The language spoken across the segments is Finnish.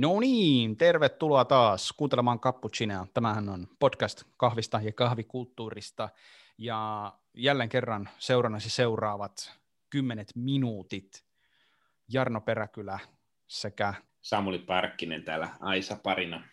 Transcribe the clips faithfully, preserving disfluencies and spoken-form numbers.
No niin, tervetuloa taas kuuntelemaan Cappuccinea. Tämähän on podcast kahvista ja kahvikulttuurista. Ja jälleen kerran seurannasi seuraavat kymmenet minuutit. Jarno Peräkylä sekä Samuli Parkkinen täällä Aisa parina.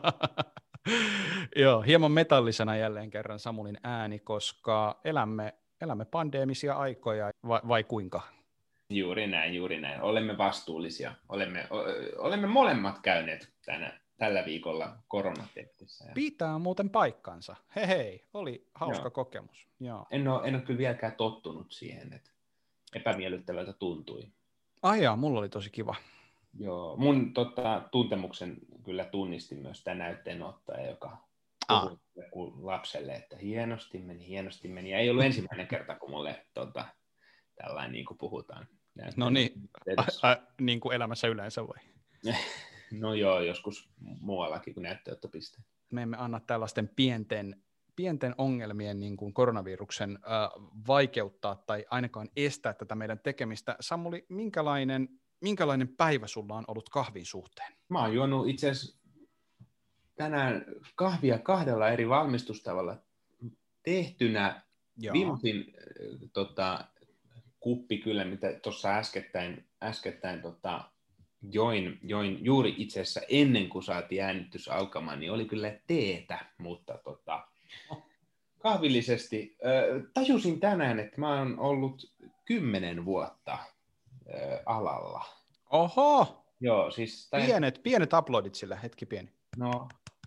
Joo, hieman metallisena jälleen kerran Samulin ääni, koska elämme, elämme pandeemisia aikoja, vai, vai kuinka? Juuri näin, juuri näin. Olemme vastuullisia. Olemme, o, olemme molemmat käyneet tänä, tällä viikolla koronatestissä. Pitää muuten paikkansa. Hei hei, oli hauska Joo. kokemus. Joo. En ole, en ole kyllä vieläkään tottunut siihen, että epämiellyttävältä tuntui. Ai jaa, mulla oli tosi kiva. Joo, mun tota, tuntemuksen kyllä tunnisti myös tämä näytteenottaja, joka puhui ah. lapselle, että hienosti meni, hienosti meni. Ja ei ollut ensimmäinen kerta, kun mulle tota, tällainen niin kuin puhutaan. No niin, a, a, niin kuin elämässä yleensä vai? No joo, joskus muuallakin kuin näytteenottopisteen. Me emme anna tällaisten pienten, pienten ongelmien niin kuin koronaviruksen äh, vaikeuttaa tai ainakaan estää tätä meidän tekemistä. Samuli, minkälainen, minkälainen päivä sulla on ollut kahvin suhteen? Mä oon juonut itse asiassa tänään kahvia kahdella eri valmistustavalla tehtynä. Joo. Viimeisin tota, kuppi kyllä, mitä tuossa äskettäin, äskettäin tota, join, join juuri itse asiassa ennen kuin saatiin äänitys alkamaan, niin oli kyllä teetä, mutta tota, kahvillisesti äh, tajusin tänään, että mä oon ollut kymmenen vuotta äh, alalla. Oho! Joo, siis tämän... pienet, pienet uploadit sillä, hetki pieni. No,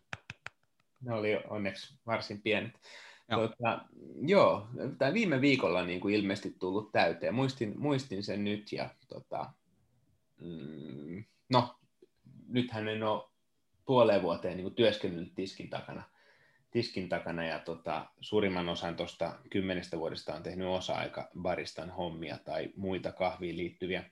ne oli onneksi varsin pienet. Joo, tota, joo tämä viime viikolla on niin kuin ilmeisesti tullut täyteen. Muistin, muistin sen nyt ja tota, mm, no, nythän en ole puoleen vuoteen niin kuin työskennellyt tiskin takana, tiskin takana ja tota, suurimman osan tuosta kymmenestä vuodesta on tehnyt osa-aika baristan hommia tai muita kahviin liittyviä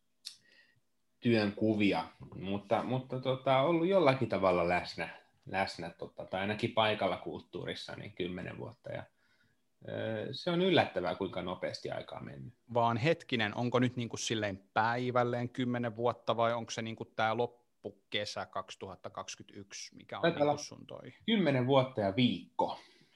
työnkuvia, mutta, mutta tota, ollut jollakin tavalla läsnä. läsnä tota, tai ainakin paikalla kulttuurissa niin kymmenen vuotta ja ö, se on yllättävää, kuinka nopeasti aikaa on mennyt. Vaan hetkinen, onko nyt niin kuin silleen päivälleen kymmenen vuotta vai onko se niin kuin tämä loppukesä kaksituhattakaksikymmentäyksi, mikä on niin kuin sun toi? Kymmenen vuotta ja viikko.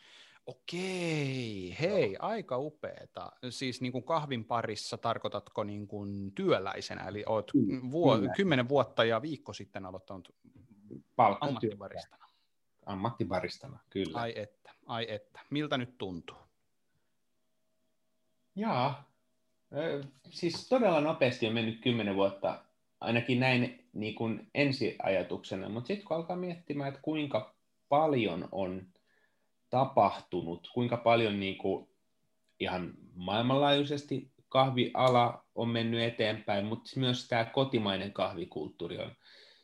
Okei, hei, no. Aika upeeta. Siis niin kuin kahvin parissa tarkoitatko niin kuin työläisenä, eli olet vuo- kymmenen vuotta ja viikko sitten aloittanut ammattibaristana. Ammattibaristana, kyllä. Ai että, ai että. Miltä nyt tuntuu? Jaa, siis todella nopeasti on mennyt kymmenen vuotta, ainakin näin niin kuin ensiajatuksena, mutta sitten kun alkaa miettimään, että kuinka paljon on tapahtunut, kuinka paljon niin kuin ihan maailmanlaajuisesti kahviala on mennyt eteenpäin, mutta myös tämä kotimainen kahvikulttuuri on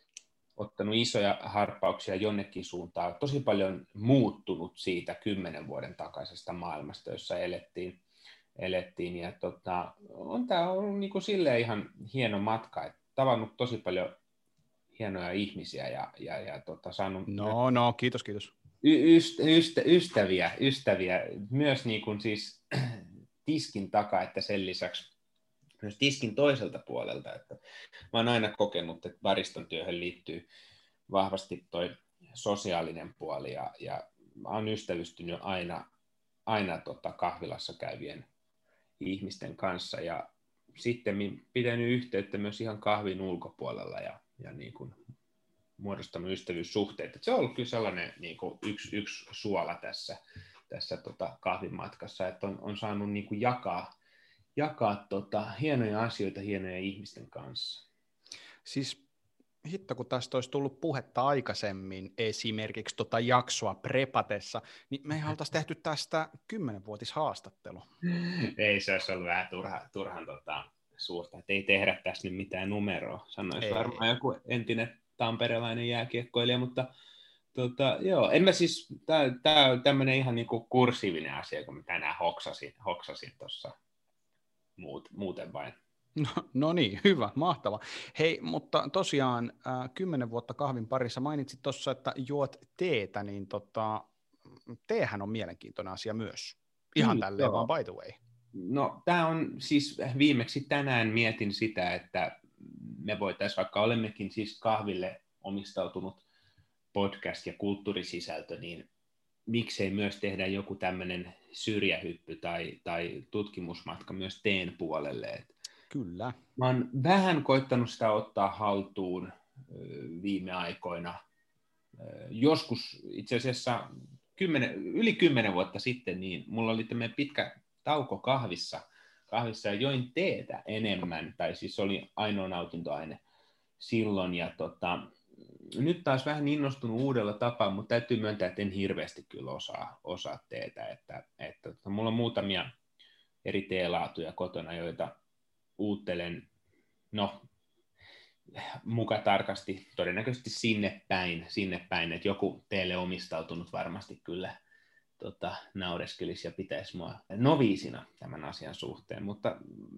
ottanut isoja harppauksia jonnekin suuntaan. Tosi paljon muuttunut siitä kymmenen vuoden takaisesta maailmasta, jossa elettiin. elettiin. Ja tota, on tämä ollut niin kuin silleen ihan hieno matka, että tavannut tosi paljon hienoja ihmisiä ja, ja, ja tota, saanut... No, no, kiitos, kiitos. Ystä, ystä, ystäviä, ystäviä, myös niin kuin siis tiskin takaa, että sen lisäksi myös tiskin toiselta puolelta. Että mä oon aina kokenut, että baristan työhön liittyy vahvasti toi sosiaalinen puoli ja, ja mä oon ystävystynyt aina, aina tota kahvilassa käyvien ihmisten kanssa ja sitten pitänyt yhteyttä myös ihan kahvin ulkopuolella ja, ja niin kuin muodostanut ystävyyssuhteet. Et se on ollut kyllä sellainen niin kuin yksi, yksi suola tässä, tässä tota kahvimatkassa, että on, on saanut niin kuin jakaa, jakaa tota hienoja asioita hienojen ihmisten kanssa. Siis hitto, kun tästä olisi tullut puhetta aikaisemmin esimerkiksi tota jaksoa prepatessa, niin me ei oltaisi tehty tästä kymmenvuotishaastattelu. Ei se olisi ollut vähän turha, turhan tota, suurta, että ei tehdä tässä nyt mitään numeroa, sanoisi ei. Varmaan joku entinen tamperelainen jääkiekkoilija, mutta tota, joo, en mä siis, tämä on tämmöinen ihan niinku kursiivinen asia, kun mä tänään hoksasin, hoksasin tuossa Muut, muuten vain. No, no niin, hyvä, mahtava. Hei, mutta tosiaan äh, kymmenen vuotta kahvin parissa mainitsit tuossa, että juot teetä, niin tota, teehän on mielenkiintoinen asia myös. Ihan Kyllä, tälleen vaan by the way. No tämä on siis viimeksi tänään mietin sitä, että me voitaisiin, vaikka olemmekin siis kahville omistautunut podcast ja kulttuurisisältö, niin miksei myös tehdä joku tämmöinen syrjähyppy tai, tai tutkimusmatka myös teen puolelle. Kyllä. Mä oon vähän koittanut sitä ottaa haltuun viime aikoina. Joskus itse asiassa kymmenen, yli kymmenen vuotta sitten, niin mulla oli tämmöinen pitkä tauko kahvissa, kahvissa ja join teetä enemmän, tai siis oli ainoa nautintoaine silloin, ja tota, nyt taas vähän innostunut uudella tapaa, mutta täytyy myöntää, että en hirveästi kyllä osaa, osaa teetä, että, että, että mulla on muutamia eri teelaatuja kotona, joita uuttelen, no, muka tarkasti, todennäköisesti sinne päin, sinne päin, että joku teille omistautunut varmasti kyllä tota, naureskelisi ja pitäisi mua noviisina tämän asian suhteen, mutta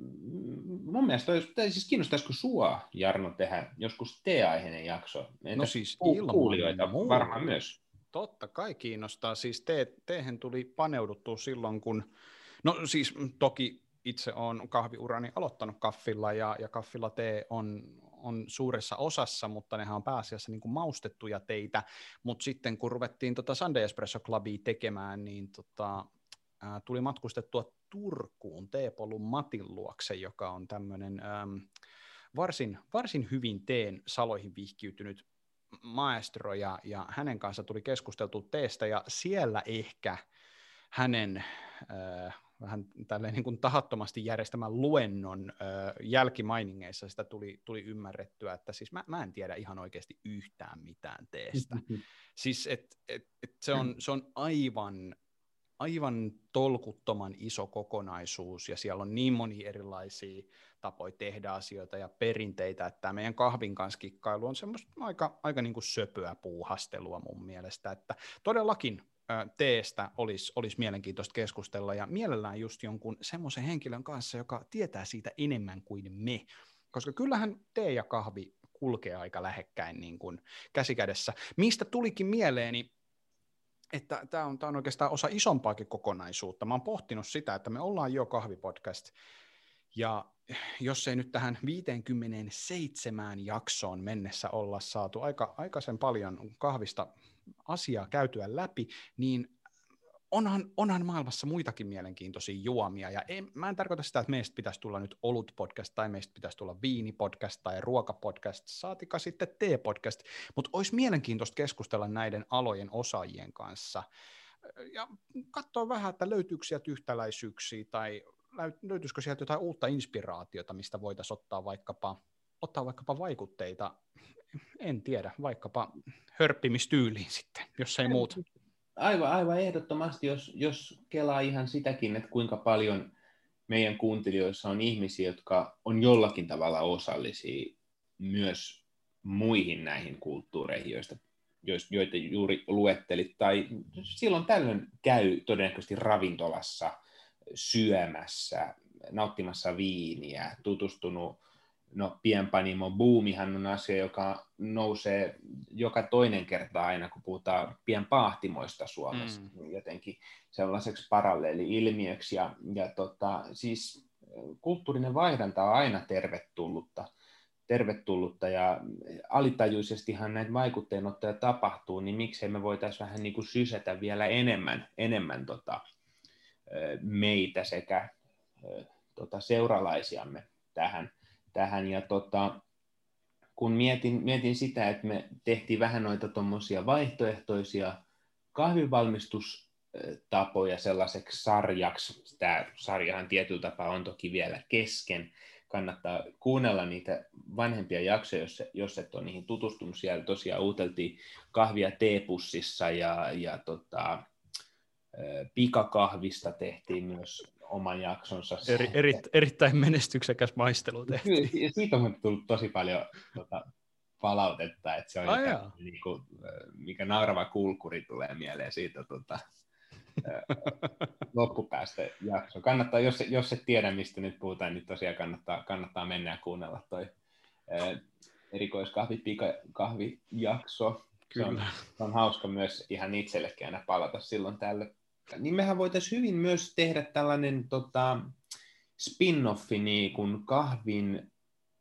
mun mielestä olisi, siis kiinnostaisiko sua, Jarno, tehdä joskus tee-aiheinen jakso? Entä no siis kuulijoita varmaan myös. Totta kai kiinnostaa, siis te, teehen tuli paneuduttua silloin, kun, no siis toki itse olen kahviurani aloittanut kaffilla, ja, ja kaffilla tee on, on suuressa osassa, mutta nehän on pääasiassa niin kuin maustettuja teitä, mutta sitten kun ruvettiin tota Sunday Espresso Clubia tekemään, niin tota, ää, tuli matkustettua Turkuun Teepolun Matin luokse, joka on tämmöinen äm, varsin, varsin hyvin teen saloihin vihkiytynyt maestro, ja, ja hänen kanssa tuli keskusteltua teestä, ja siellä ehkä hänen äh, vähän tälleen niin kuin tahattomasti järjestämän luennon äh, jälkimainingeissa sitä tuli, tuli ymmärrettyä, että siis mä, mä en tiedä ihan oikeasti yhtään mitään teestä. Siis et, et, et se, on, se on aivan, aivan tolkuttoman iso kokonaisuus, ja siellä on niin moni erilaisia tapoja tehdä asioita ja perinteitä, että tämä meidän kahvin kanssa kikkailu on semmoista aika, aika niin kuin söpöä puuhastelua mun mielestä, että todellakin teestä olisi, olisi mielenkiintoista keskustella, ja mielellään just jonkun semmoisen henkilön kanssa, joka tietää siitä enemmän kuin me, koska kyllähän tee ja kahvi kulkee aika lähekkäin niin kuin käsikädessä. Mistä tulikin mieleeni, että tämä on, tämä on oikeastaan osa isompaakin kokonaisuutta. Mä oon pohtinut sitä, että me ollaan jo kahvipodcast, ja jos ei nyt tähän viisikymmentäseitsemän jaksoon mennessä olla saatu aika, aikaisen paljon kahvista asiaa käytyä läpi, niin onhan, onhan maailmassa muitakin mielenkiintoisia juomia, ja en, mä en tarkoita sitä, että meistä pitäisi tulla nyt olut-podcast, tai meistä pitäisi tulla viinipodcast, tai ruokapodcast, saatika sitten tee-podcast, mutta olisi mielenkiintoista keskustella näiden alojen osaajien kanssa, ja katsoa vähän, että löytyykö sieltä yhtäläisyyksiä, tai löytyisikö sieltä jotain uutta inspiraatiota, mistä voitaisiin ottaa vaikkapa, ottaa vaikkapa vaikutteita, en tiedä, vaikkapa hörppimistyyliin sitten, jos ei muuta. Aivan, aivan ehdottomasti, jos, jos kelaa ihan sitäkin, että kuinka paljon meidän kuuntelijoissa on ihmisiä, jotka on jollakin tavalla osallisia myös muihin näihin kulttuureihin, joista, joita juuri luettelit, tai silloin tällöin käy todennäköisesti ravintolassa syömässä, nauttimassa viiniä, tutustunut, no pienpanimo buumihan on asia, joka nousee joka toinen kerta aina, kun puhutaan pienpahtimoista Suomessa, mm. jotenkin sellaiseksi paralleeli-ilmiöksi, ja, ja tota, siis kulttuurinen vaihdanta on aina tervetullutta, tervetullutta, ja alitajuisestihan näitä vaikutteenottaja tapahtuu, niin miksei me voitaisiin vähän niin kuin sysätä vielä enemmän, enemmän tota, meitä sekä tota, seuralaisiamme tähän, tähän. Ja tota, kun mietin, mietin sitä, että me tehtiin vähän noita tuommoisia vaihtoehtoisia kahvinvalmistustapoja sellaiseksi sarjaksi, tämä sarjahan tietyllä tapaa on toki vielä kesken, kannattaa kuunnella niitä vanhempia jaksoja, jos, jos et ole niihin tutustunut. Siellä tosiaan uuteltiin kahvia teepussissa, ja, ja tota, pikakahvista tehtiin myös oman jaksonsa. Eri, eri, erittäin menestyksekäs maistelu tehtiin. Kyllä, siitä on tullut tosi paljon tota, palautetta, että se on Ai jotain, niin kuin, mikä naurava kulkuri tulee mieleen siitä tota, loppupäästä jakso. Kannattaa, jos, jos et tiedä, mistä nyt puhutaan, niin tosiaan kannattaa, kannattaa mennä ja kuunnella toi erikoiskahvi-pikakahvijakso. Se on, se on hauska myös ihan itsellekin aina palata silloin tällöin. Niin mehän voitaisiin hyvin myös tehdä tällainen tota, spin-offi niin kuin kahvin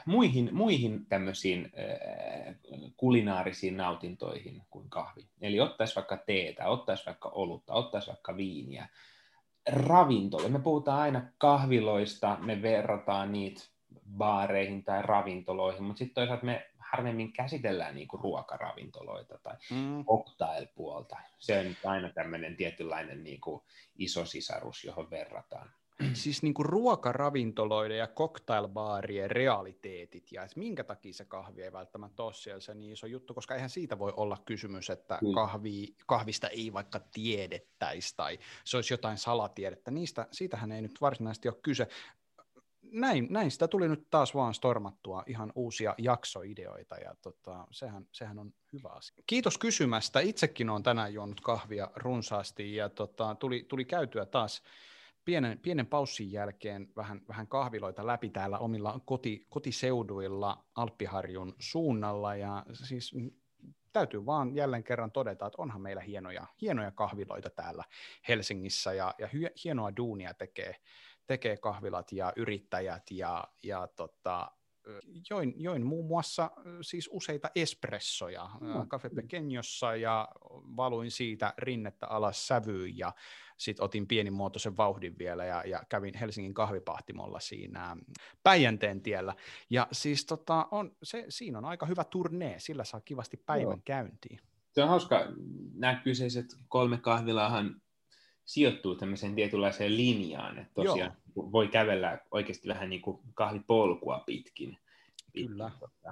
muihin, muihin tämmöisiin äh, kulinaarisiin nautintoihin kuin kahvi. Eli ottaisi vaikka teetä, ottaisi vaikka olutta, ottaisi vaikka viiniä. Ravintola. Me puhutaan aina kahviloista, me verrataan niitä baareihin tai ravintoloihin, mutta sitten toisaalta me harvemmin käsitellään niinku ruokaravintoloita tai Mm. cocktailpuolta. Se on aina tämmöinen tietynlainen niinku iso sisarus, johon verrataan. Siis niinku ruokaravintoloiden ja cocktailbaarien realiteetit ja että minkä takia se kahvi ei välttämättä ole siellä se niin iso juttu, koska eihän siitä voi olla kysymys, että kahvi, kahvista ei vaikka tiedettäisi tai se olisi jotain salatiedettä. Niistä, siitähän ei nyt varsinaisesti ole kyse. Näin, näin sitä tuli nyt taas vaan stormattua ihan uusia jaksoideoita ja tota, sehän, sehän on hyvä asia. Kiitos kysymästä. Itsekin olen tänään juonut kahvia runsaasti ja tota, tuli, tuli käytyä taas Pienen, pienen paussin jälkeen vähän, vähän kahviloita läpi täällä omilla koti, kotiseuduilla Alppiharjun suunnalla ja siis täytyy vaan jälleen kerran todeta, että onhan meillä hienoja, hienoja kahviloita täällä Helsingissä ja, ja hy, hienoa duunia tekee, tekee kahvilat ja yrittäjät ja, ja tota, join, join muun muassa siis useita espressoja no. Café Pequeñossa ja valuin siitä rinnettä alas sävyyn ja sitten otin pienimuotoisen vauhdin vielä ja, ja kävin Helsingin kahvipahtimolla siinä Päijänteen tiellä. Ja siis tota, on, se, siinä on aika hyvä turnee, sillä saa kivasti päivän no. käyntiin. Se on hauska, nämä kyseiset kolme kahvilaahan sijoittuu tämmöiseen tietynlaiseen linjaan, että tosiaan Joo. voi kävellä oikeasti vähän niin kuin kahvipolkua pitkin. pitkin Kyllä. Tota,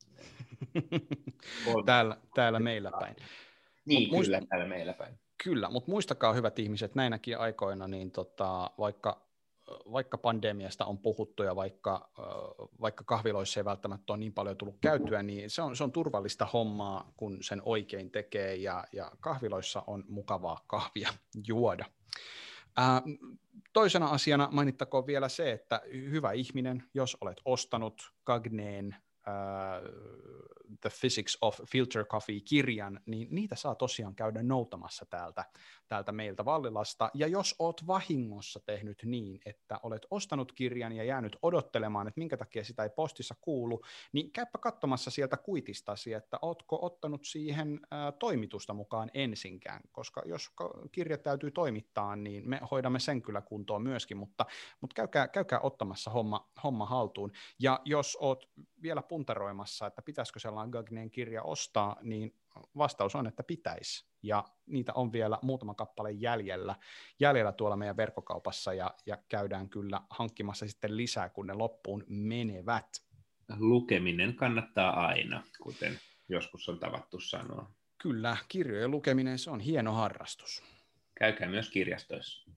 täällä, täällä meillä päin. Niin, Mut kyllä, muist... täällä meillä päin. Kyllä, mutta muistakaa hyvät ihmiset, näinäkin aikoina, niin tota, vaikka, vaikka pandemiasta on puhuttu ja vaikka, vaikka kahviloissa ei välttämättä ole niin paljon tullut käytyä, niin se on, se on turvallista hommaa, kun sen oikein tekee ja, ja kahviloissa on mukavaa kahvia juoda. Ää, toisena asiana mainittakoon vielä se, että hyvä ihminen, jos olet ostanut Gagneen Uh, The Physics of Filter Coffee-kirjan, niin niitä saa tosiaan käydä noutamassa täältä, täältä meiltä Vallilasta. Ja jos oot vahingossa tehnyt niin, että olet ostanut kirjan ja jäänyt odottelemaan, että minkä takia sitä ei postissa kuulu, niin käypä katsomassa sieltä kuitistasi, että ootko ottanut siihen uh, toimitusta mukaan ensinkään, koska jos kirja täytyy toimittaa, niin me hoidamme sen kyllä kuntoon myöskin, mutta, mutta käykää, käykää ottamassa homma, homma haltuun. Ja jos oot vielä puntaroimassa, että pitäisikö sellainen Gagneen kirja ostaa, niin vastaus on, että pitäisi. Ja niitä on vielä muutama kappale jäljellä, jäljellä tuolla meidän verkkokaupassa, ja, ja käydään kyllä hankkimassa sitten lisää, kun ne loppuun menevät. Lukeminen kannattaa aina, kuten joskus on tavattu sanoa. Kyllä, kirjojen lukeminen, se on hieno harrastus. Käykää myös kirjastoissa.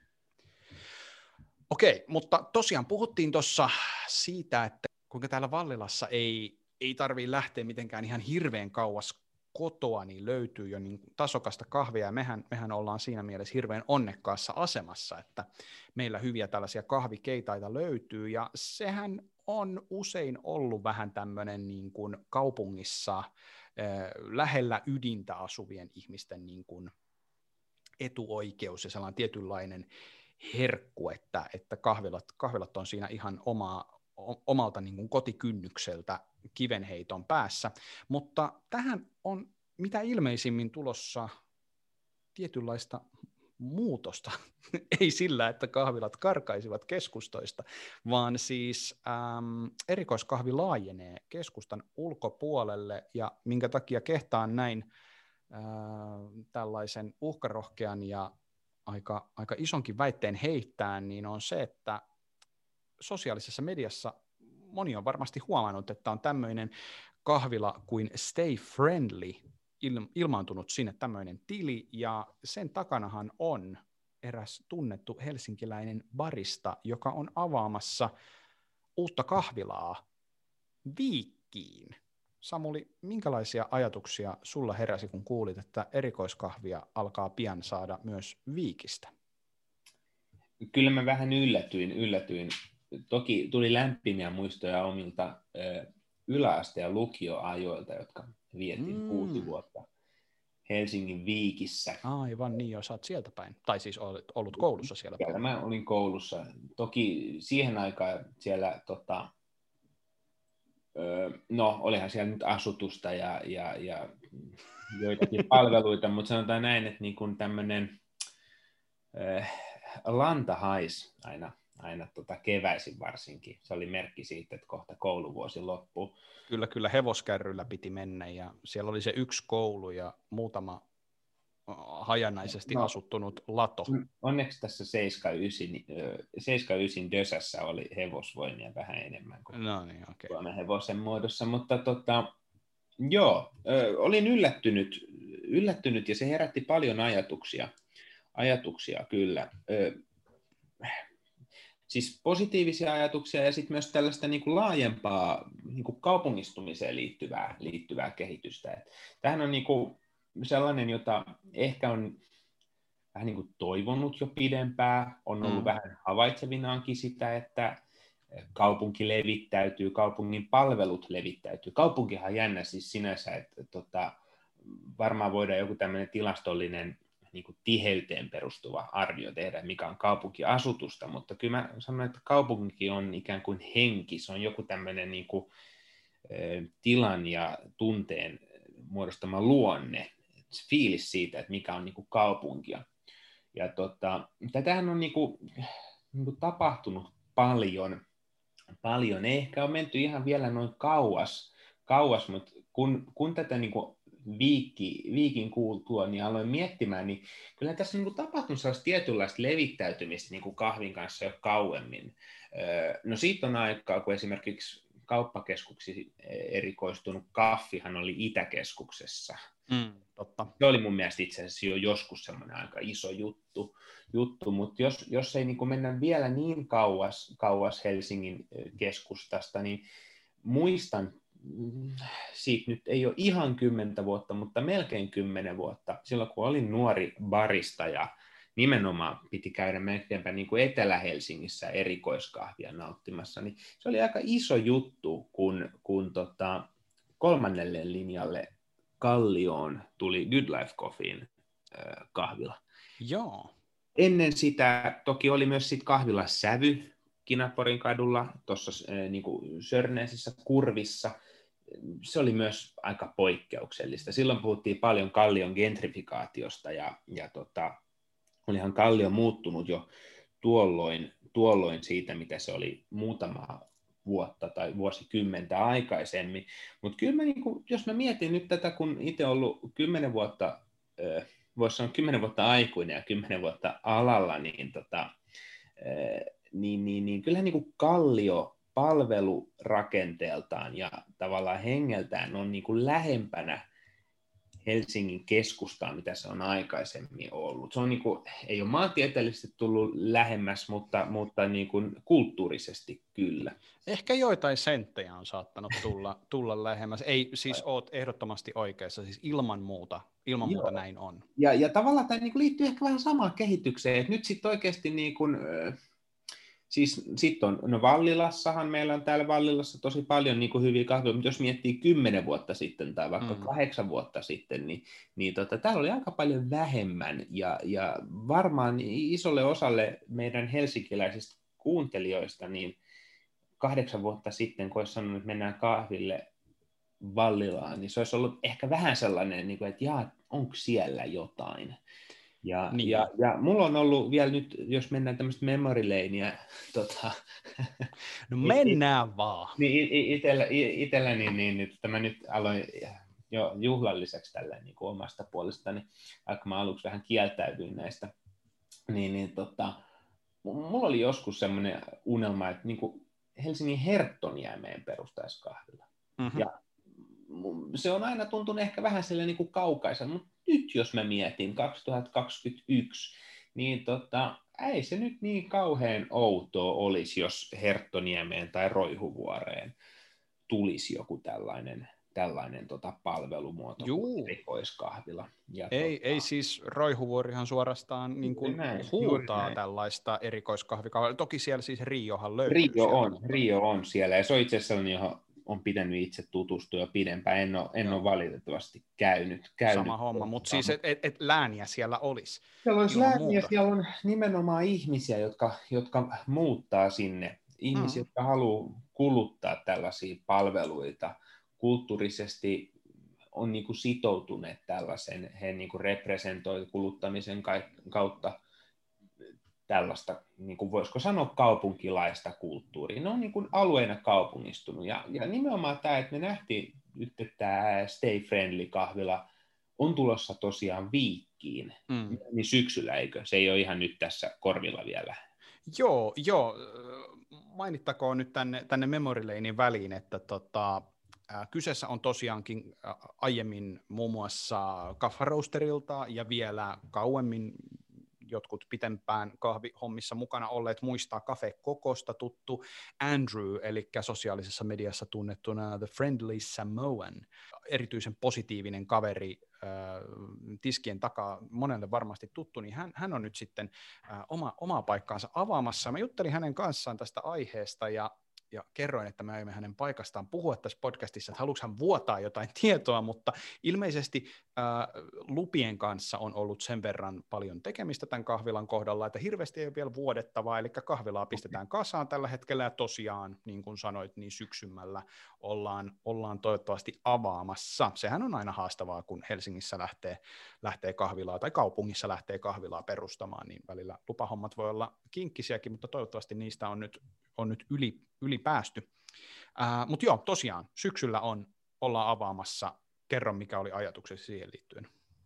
Okei, mutta tosiaan puhuttiin tuossa siitä, että kuinka täällä Vallilassa ei, ei tarvitse lähteä mitenkään ihan hirveän kauas kotoa, niin löytyy jo niin tasokasta kahvia, ja mehän, mehän ollaan siinä mielessä hirveän onnekkaassa asemassa, että meillä hyviä tällaisia kahvikeitaita löytyy, ja sehän on usein ollut vähän tämmöinen niin kuin kaupungissa äh, lähellä ydintä asuvien ihmisten niin kuin etuoikeus ja sellainen tietynlainen herkku, että, että kahvilat, kahvilat on siinä ihan omaa, omalta niin kuin kotikynnykseltä kivenheiton päässä, mutta tähän on mitä ilmeisimmin tulossa tietynlaista muutosta, ei sillä, että kahvilat karkaisivat keskustoista, vaan siis äm, erikoiskahvi laajenee keskustan ulkopuolelle, ja minkä takia kehtaan näin äh, tällaisen uhkarohkean ja aika, aika isonkin väitteen heittää, niin on se, että sosiaalisessa mediassa moni on varmasti huomannut, että on tämmöinen kahvila kuin Stay Friendly ilmaantunut sinne tämmöinen tili, ja sen takanahan on eräs tunnettu helsinkiläinen barista, joka on avaamassa uutta kahvilaa Viikkiin. Samuli, minkälaisia ajatuksia sulla heräsi, kun kuulit, että erikoiskahvia alkaa pian saada myös Viikistä? Kyllä mä vähän yllätyin, yllätyin. Toki tuli lämpimiä muistoja omilta ö, yläaste- ja lukioajoilta, jotka vietin mm. kuusi vuotta Helsingin Viikissä. Aivan niin, jos olet sieltä päin. Tai siis olet ollut koulussa siellä päin. Siellä mä olin koulussa. Toki siihen aikaan siellä tota, no olihan siellä nyt asutusta ja, ja, ja joitakin palveluita, mutta sanotaan näin, että niin kuin tämmöinen äh, lanta haisi aina, aina tota keväisin varsinkin. Se oli merkki siitä, että kohta kouluvuosi loppuu. Kyllä, kyllä hevoskärryllä piti mennä ja siellä oli se yksi koulu ja muutama hajanaisesti no, asuttunut lato. Onneksi tässä seitsemän yhdeksän Dösässä oli hevosvoimia vähän enemmän kuin no niin, okay. Suomen hevosen muodossa, mutta tota, joo, ö, olin yllättynyt, yllättynyt ja se herätti paljon ajatuksia, ajatuksia kyllä. Ö, siis positiivisia ajatuksia ja sitten myös tällaista niin kuin laajempaa niin kuin kaupungistumiseen liittyvää, liittyvää kehitystä. Et tämähän on niin kuin sellainen, jota ehkä on vähän niin kuin toivonut jo pidempään, on ollut mm. vähän havaitsevinaankin sitä, että kaupunki levittäytyy, kaupungin palvelut levittäytyy. Kaupunkihan on jännä siis sinänsä, että tota, varmaan voidaan joku tämmöinen tilastollinen niin kuin tiheyteen perustuva arvio tehdä, mikä on kaupunkiasutusta, mutta kyllä mä sanon, että kaupunki on ikään kuin henki, se on joku tämmöinen niin kuin, ä, tilan ja tunteen muodostama luonne, fiilis siitä, että mikä on niin kuin kaupunkia. Ja tota, tätähän on niin kuin, niin kuin tapahtunut paljon, paljon. Ei ehkä ole menty ihan vielä noin kauas, kauas mutta kun, kun tätä niin kuin viikki, viikin kuultua, niin aloin miettimään, niin kyllä tässä on niin kuin tapahtunut sellaista tietynlaista levittäytymistä niin kuin kahvin kanssa jo kauemmin. No siitä on aikaa, kun esimerkiksi kauppakeskuksiin erikoistunut Kaffihan oli Itäkeskuksessa. Mm, totta. Se oli mun mielestä itse asiassa jo joskus semmoinen aika iso juttu, juttu mutta jos, jos ei niin kuin mennä vielä niin kauas, kauas Helsingin keskustasta, niin muistan, siitä nyt ei ole ihan kymmentä vuotta, mutta melkein kymmenen vuotta, silloin kun olin nuori barista ja nimenomaan piti käydä melkeinpä niin kuin Etelä-Helsingissä erikoiskahvia nauttimassa, niin se oli aika iso juttu, kun, kun tota, kolmannelle linjalle Kallioon tuli Good Life Coffeen äh, kahvila. Joo. Ennen sitä toki oli myös sit kahvila Sävy Kinaporin kadulla, tuossa äh, niinku Sörnäisissä kurvissa. Se oli myös aika poikkeuksellista. Silloin puhuttiin paljon Kallion gentrifikaatiosta ja, ja tota, olihan Kallio muuttunut jo tuolloin, tuolloin siitä, mitä se oli muutama vuotta tai vuosikymmentä aikaisemmin. Mutta kyllä mä, niin kun, jos mä mietin nyt tätä, kun itse ollut kymmenen vuotta, äh, voisi sanoa kymmenen vuotta aikuinen ja kymmenen vuotta alalla, niin, tota, äh, niin, niin, niin kyllähän niin kuin Kallio palvelurakenteeltaan ja tavallaan hengeltään on niin kuin lähempänä Helsingin keskustaa, mitä se on aikaisemmin ollut. Se on niin kuin, ei ole maantieteellisesti tullut lähemmäs, mutta, mutta niin kuin kulttuurisesti kyllä. Ehkä joitain senttejä on saattanut tulla, tulla lähemmäs. Ei, siis oot ehdottomasti oikeassa, siis ilman muuta, ilman muuta Joo. näin on. Ja, ja tavallaan tämä niin kuin liittyy ehkä vähän samaan kehitykseen, että nyt sitten oikeasti niin kuin, siis sitten on, no Vallilassahan meillä on täällä Vallilassa tosi paljon niin kuin hyviä kahvia, mutta jos miettii kymmenen vuotta sitten tai vaikka mm. kahdeksan vuotta sitten, niin, niin tota, täällä oli aika paljon vähemmän ja, ja varmaan isolle osalle meidän helsinkiläisistä kuuntelijoista, niin kahdeksan vuotta sitten, kun olisi sanonut, että mennään kahville Vallilaan, niin se olisi ollut ehkä vähän sellainen, niin kuin, että jaa, onko siellä jotain. Ja, niin. ja, ja mulla on ollut vielä nyt, jos mennään tämmöistä memory laneä, tota, no mennään it, vaan. Niin itellä, itellä niin, niin nyt mä nyt aloin jo juhlalliseksi tällä niin kuin omasta puolestani, vaikka mä aluksi vähän kieltäydyin näistä, niin, niin tota, mulla oli joskus semmoinen unelma, että niin kuin Helsingin Herttoniemeen perustaisi kahvila. Mm-hmm. Ja se on aina tuntunut ehkä vähän sellainen niin kuin kaukaisen, mutta nyt jos mä mietin kaksituhattakaksikymmentäyksi, niin tota, ei se nyt niin kauhean outoa olisi, jos Herttoniemeen tai Roihuvuoreen tulisi joku tällainen, tällainen tota palvelumuoto kuin erikoiskahvila. Ja ei, tota, ei siis Roihuvuorihan suorastaan niin kuin näin, huutaa tällaista erikoiskahvikahvila. Toki siellä siis Riohan löytyy. Rio sieltä, on, mutta... Rio on siellä ja se on itse asiassa sellainen, johon on pitänyt itse tutustua pidempään. En ole, en ole valitettavasti käynyt. käynyt Sama homma, mutta siis et, et, et lääniä siellä olisi. Siellä olisi lääniä, siellä on nimenomaan ihmisiä, jotka, jotka muuttaa sinne, ihmisiä, Mm. jotka haluaa kuluttaa tällaisia palveluita kulttuurisesti, on niin kuin sitoutuneet tällaisen, he niin kuin representoivat kuluttamisen kautta tällaista, niin kuin voisiko sanoa kaupunkilaista kulttuuria. Ne on niin kuin alueena kaupungistunut. Ja, ja nimenomaan tämä, että me nähtiin nyt, että tämä Stay Friendly-kahvila on tulossa tosiaan Viikkiin, Mm. niin syksyllä, eikö? Se ei ole ihan nyt tässä korvilla vielä. Joo, joo. Mainittakoon nyt tänne, tänne Memory Lanein väliin, että tota, ää, kyseessä on tosiaankin ää, aiemmin muun muassa Kaffa Roasterilta ja vielä kauemmin jotkut pitempään kahvihommissa mukana olleet muistaa Cafe Cocosta tuttu Andrew, eli sosiaalisessa mediassa tunnettuna The Friendly Samoan, erityisen positiivinen kaveri äh, tiskien takaa, monelle varmasti tuttu, niin hän, hän on nyt sitten äh, oma, omaa paikkaansa avaamassa. Mä juttelin hänen kanssaan tästä aiheesta ja ja kerroin, että me aiomme hänen paikastaan puhua tässä podcastissa, että haluatko hän vuotaa jotain tietoa, mutta ilmeisesti ää, lupien kanssa on ollut sen verran paljon tekemistä tämän kahvilan kohdalla, että hirveästi ei ole vielä vuodettavaa, eli kahvilaa pistetään kasaan tällä hetkellä, ja tosiaan, niin kuin sanoit, niin syksymällä ollaan, ollaan toivottavasti avaamassa. Sehän on aina haastavaa, kun Helsingissä lähtee, lähtee kahvilaa, tai kaupungissa lähtee kahvilaa perustamaan, niin välillä lupahommat voi olla kinkkisiäkin, mutta toivottavasti niistä on nyt, on nyt yli, yli päästy. Uh, mutta joo, tosiaan, syksyllä on, ollaan avaamassa. Kerro, mikä oli ajatuksesi siihen liittyen.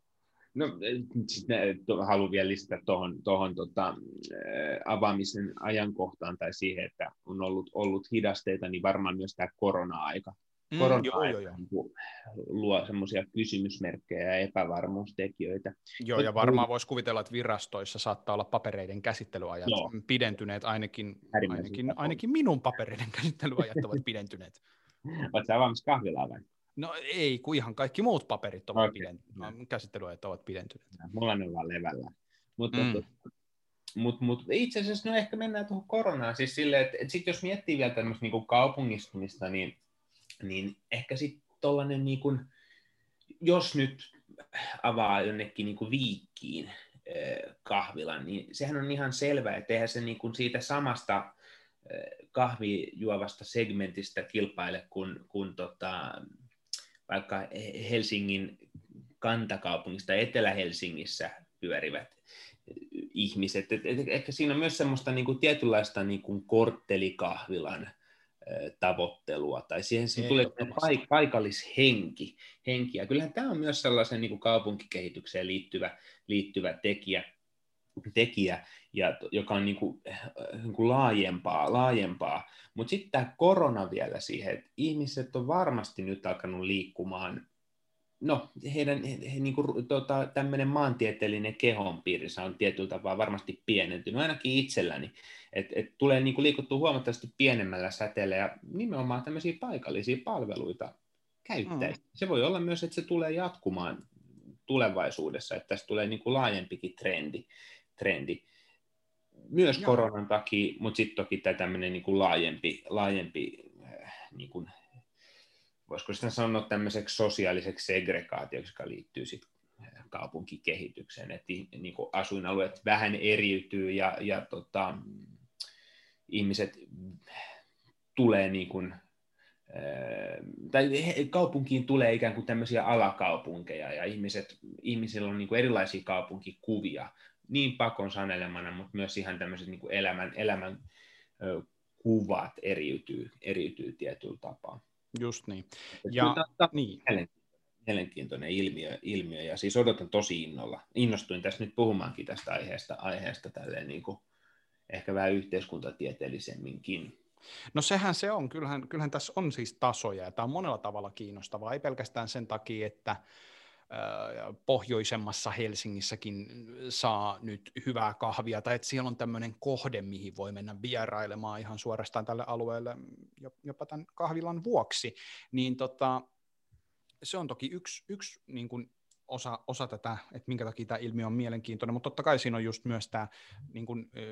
No, sitten haluan vielä lisätä tuohon tohon, tota, avaamisen ajankohtaan tai siihen, että on ollut, ollut hidasteita, niin varmaan myös tämä korona-aika. Mm, korona-aika joo, joo, joo. luo semmoisia kysymysmerkkejä ja epävarmuustekijöitä. Joo, ja varmaan voisi kuvitella, että virastoissa saattaa olla papereiden käsittelyajat joo. pidentyneet, ainakin, ainakin, ainakin minun papereiden käsittelyajat ovat pidentyneet. Oletko avaamassa kahvilaa vai? No ei, kun ihan kaikki muut paperit ovat okay. pidentyneet, käsittelyajat ovat pidentyneet. Mulla on vaan levällä. Mutta mm. mut, mut, itse asiassa no ehkä mennään tuohon koronaan. Siis silleen, että et sit jos miettii vielä tämmöistä niinku kaupungistumista, niin, niin ehkä sitten tollainen, niinku, jos nyt avaa jonnekin niinku Viikkiin äh, kahvilan, niin sehän on ihan selvää, että eihän se niinku siitä samasta äh, kahvijuovasta segmentistä kilpaile kuin, kuin tota, vaikka Helsingin kantakaupungista Etelä-Helsingissä pyörivät ihmiset. Et, et, ehkä siinä on myös semmoista niinku tietynlaista niinku korttelikahvilan tavoittelua, tai siihen, siihen tulee paik- paikallishenki. Henki. Ja kyllähän tämä on myös sellaisen niin kuin kaupunkikehitykseen liittyvä, liittyvä tekijä, tekijä ja, joka on niin kuin, niin kuin laajempaa, laajempaa. Mutta sitten tämä korona vielä siihen, että ihmiset on varmasti nyt alkanut liikkumaan, no heidän he, he, niin kuin, tota, tämmöinen maantieteellinen kehonpiirissä on tietyllä tapaa varmasti pienentynyt, ainakin itselläni, että et tulee niin kuin liikuttua huomattavasti pienemmällä säteellä ja nimenomaan tämmöisiä paikallisia palveluita käyttää. Mm. Se voi olla myös, että se tulee jatkumaan tulevaisuudessa, että tässä tulee niin kuin laajempikin trendi, trendi. Myös Joo. koronan takia, mutta sitten toki tämä tämmöinen niin kuin laajempi, laajempi niin kuin voisiko sitä sanoa tämmöiseksi sosiaaliseksi segregaatioksi, joka liittyy sitten kaupunkikehitykseen, että niin kuin asuinalueet vähän eriytyy ja, ja tota, ihmiset tulee niin kuin, tai kaupunkiin tulee ikään kuin tämmöisiä alakaupunkeja ja ihmiset, ihmisillä on niin kuin erilaisia kaupunkikuvia, niin pakon sanelemana, mutta myös ihan tämmöiset niin kuin elämän, elämän kuvat eriytyy, eriytyy tietyllä tapaa. Just niin. Ja, tämä on niin. mielenkiintoinen ilmiö, ilmiö, ja siis odotan tosi innolla. Innostuin tässä nyt puhumaankin tästä aiheesta, aiheesta tälleen niin kuin ehkä vähän yhteiskuntatieteellisemminkin. No sehän se on, kyllähän, kyllähän tässä on siis tasoja, ja tämä on monella tavalla kiinnostavaa, ei pelkästään sen takia, että pohjoisemmassa Helsingissäkin saa nyt hyvää kahvia, tai että siellä on tämmöinen kohde, mihin voi mennä vierailemaan ihan suorastaan tälle alueelle jopa tämän kahvilan vuoksi, niin tota, se on toki yksi, yksi niin kuin osa, osa tätä, että minkä takia tämä ilmiö on mielenkiintoinen, mutta totta kai siinä on just myös tämä niin kuin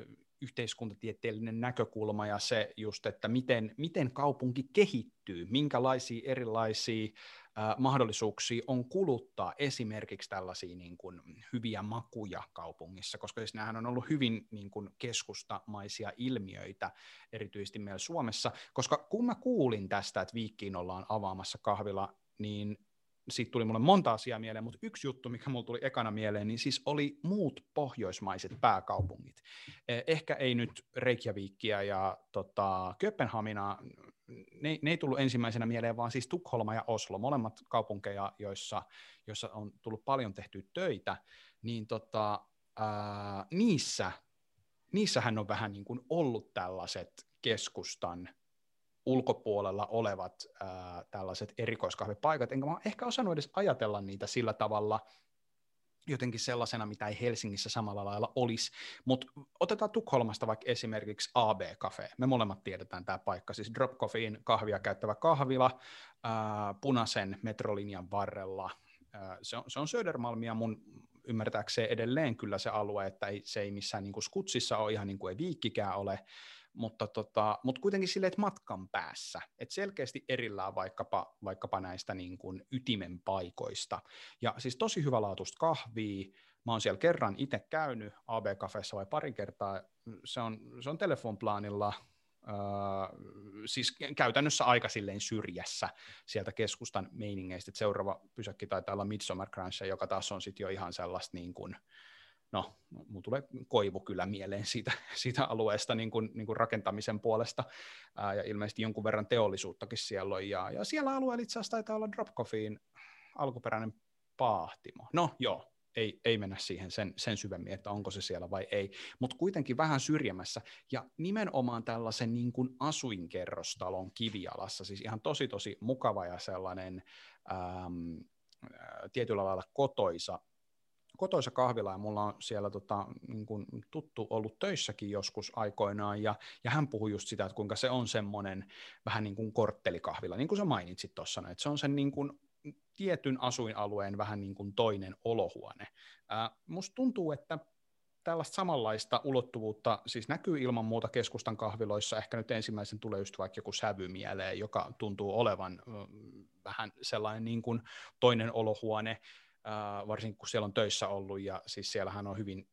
yhteiskuntatieteellinen näkökulma ja se just, että miten, miten kaupunki kehittyy, minkälaisia erilaisia äh, mahdollisuuksia on kuluttaa esimerkiksi tällaisia niin kuin, hyviä makuja kaupungissa, koska siis nämähän on ollut hyvin niin kuin, keskustamaisia ilmiöitä, erityisesti meillä Suomessa, koska kun mä kuulin tästä, että Viikkiin ollaan avaamassa kahvila, niin siitä tuli mulle monta asiaa mieleen, mutta yksi juttu, mikä mulle tuli ekana mieleen, niin siis oli muut pohjoismaiset pääkaupungit. Ehkä ei nyt Reykjavikia ja tota, Kööpenhaminaa, ne, ne ei tullut ensimmäisenä mieleen, vaan siis Tukholma ja Oslo, molemmat kaupunkeja, joissa, joissa on tullut paljon tehtyä töitä, niin tota, ää, niissä, niissähän on vähän niin kuin ollut tällaiset keskustan ulkopuolella olevat ää, tällaiset erikoiskahvipaikat, enkä mä ehkä osannut edes ajatella niitä sillä tavalla jotenkin sellaisena, mitä ei Helsingissä samalla lailla olisi, mutta otetaan Tukholmasta vaikka esimerkiksi A B-cafe, me molemmat tiedetään tämä paikka, siis Drop Coffeen kahvia käyttävä kahvila ää, punaisen metrolinjan varrella, ää, se on, se on Södermalmia mun ymmärtääkseen edelleen kyllä se alue, että ei, se ei missään niin kuin Skutsissa ole ihan niin kuin ei Viikkikään ole, mutta, tota, mutta kuitenkin silleen, että matkan päässä, että selkeästi erillään vaikkapa, vaikkapa näistä niin kuin ytimen paikoista. Ja siis tosi hyvälaatuista kahvia, mä oon siellä kerran itse käynyt A B-cafeessa vai pari kertaa, se on, se on telefonplaanilla, äh, siis käytännössä aika silleen syrjässä sieltä keskustan meiningeistä, että seuraava pysäkki taitaa olla Midsommarkranch, joka taas on sitten jo ihan sellaista niin kuin, no, mulla tulee Koivu kyllä mieleen siitä, siitä alueesta niin kuin, niin kuin rakentamisen puolesta, ää, ja ilmeisesti jonkun verran teollisuuttakin siellä on, ja, ja siellä alueella itse asiassa taitaa olla Drop Coffeen alkuperäinen paahtimo. No joo, ei, ei mennä siihen sen, sen syvemmin, että onko se siellä vai ei, mutta kuitenkin vähän syrjemmässä, ja nimenomaan tällaisen niin kuin asuinkerrostalon kivialassa, siis ihan tosi tosi mukava ja sellainen äm, ä, tietyllä lailla kotoisa, kotoisa kahvila, ja mulla on siellä tota, niin kuin tuttu ollut töissäkin joskus aikoinaan, ja, ja hän puhui just sitä, että kuinka se on semmoinen vähän niin kuin korttelikahvila, niin kuin sä mainitsit tuossa, että se on sen niin kuin tietyn asuinalueen vähän niin kuin toinen olohuone. Ää, musta tuntuu, että tällaista samanlaista ulottuvuutta siis näkyy ilman muuta keskustan kahviloissa, ehkä nyt ensimmäisen tulee just vaikka joku Sävy mieleen, joka tuntuu olevan mm, vähän sellainen niin kuin toinen olohuone, Uh, varsinkin kun siellä on töissä ollut, ja siis siellähän on hyvin,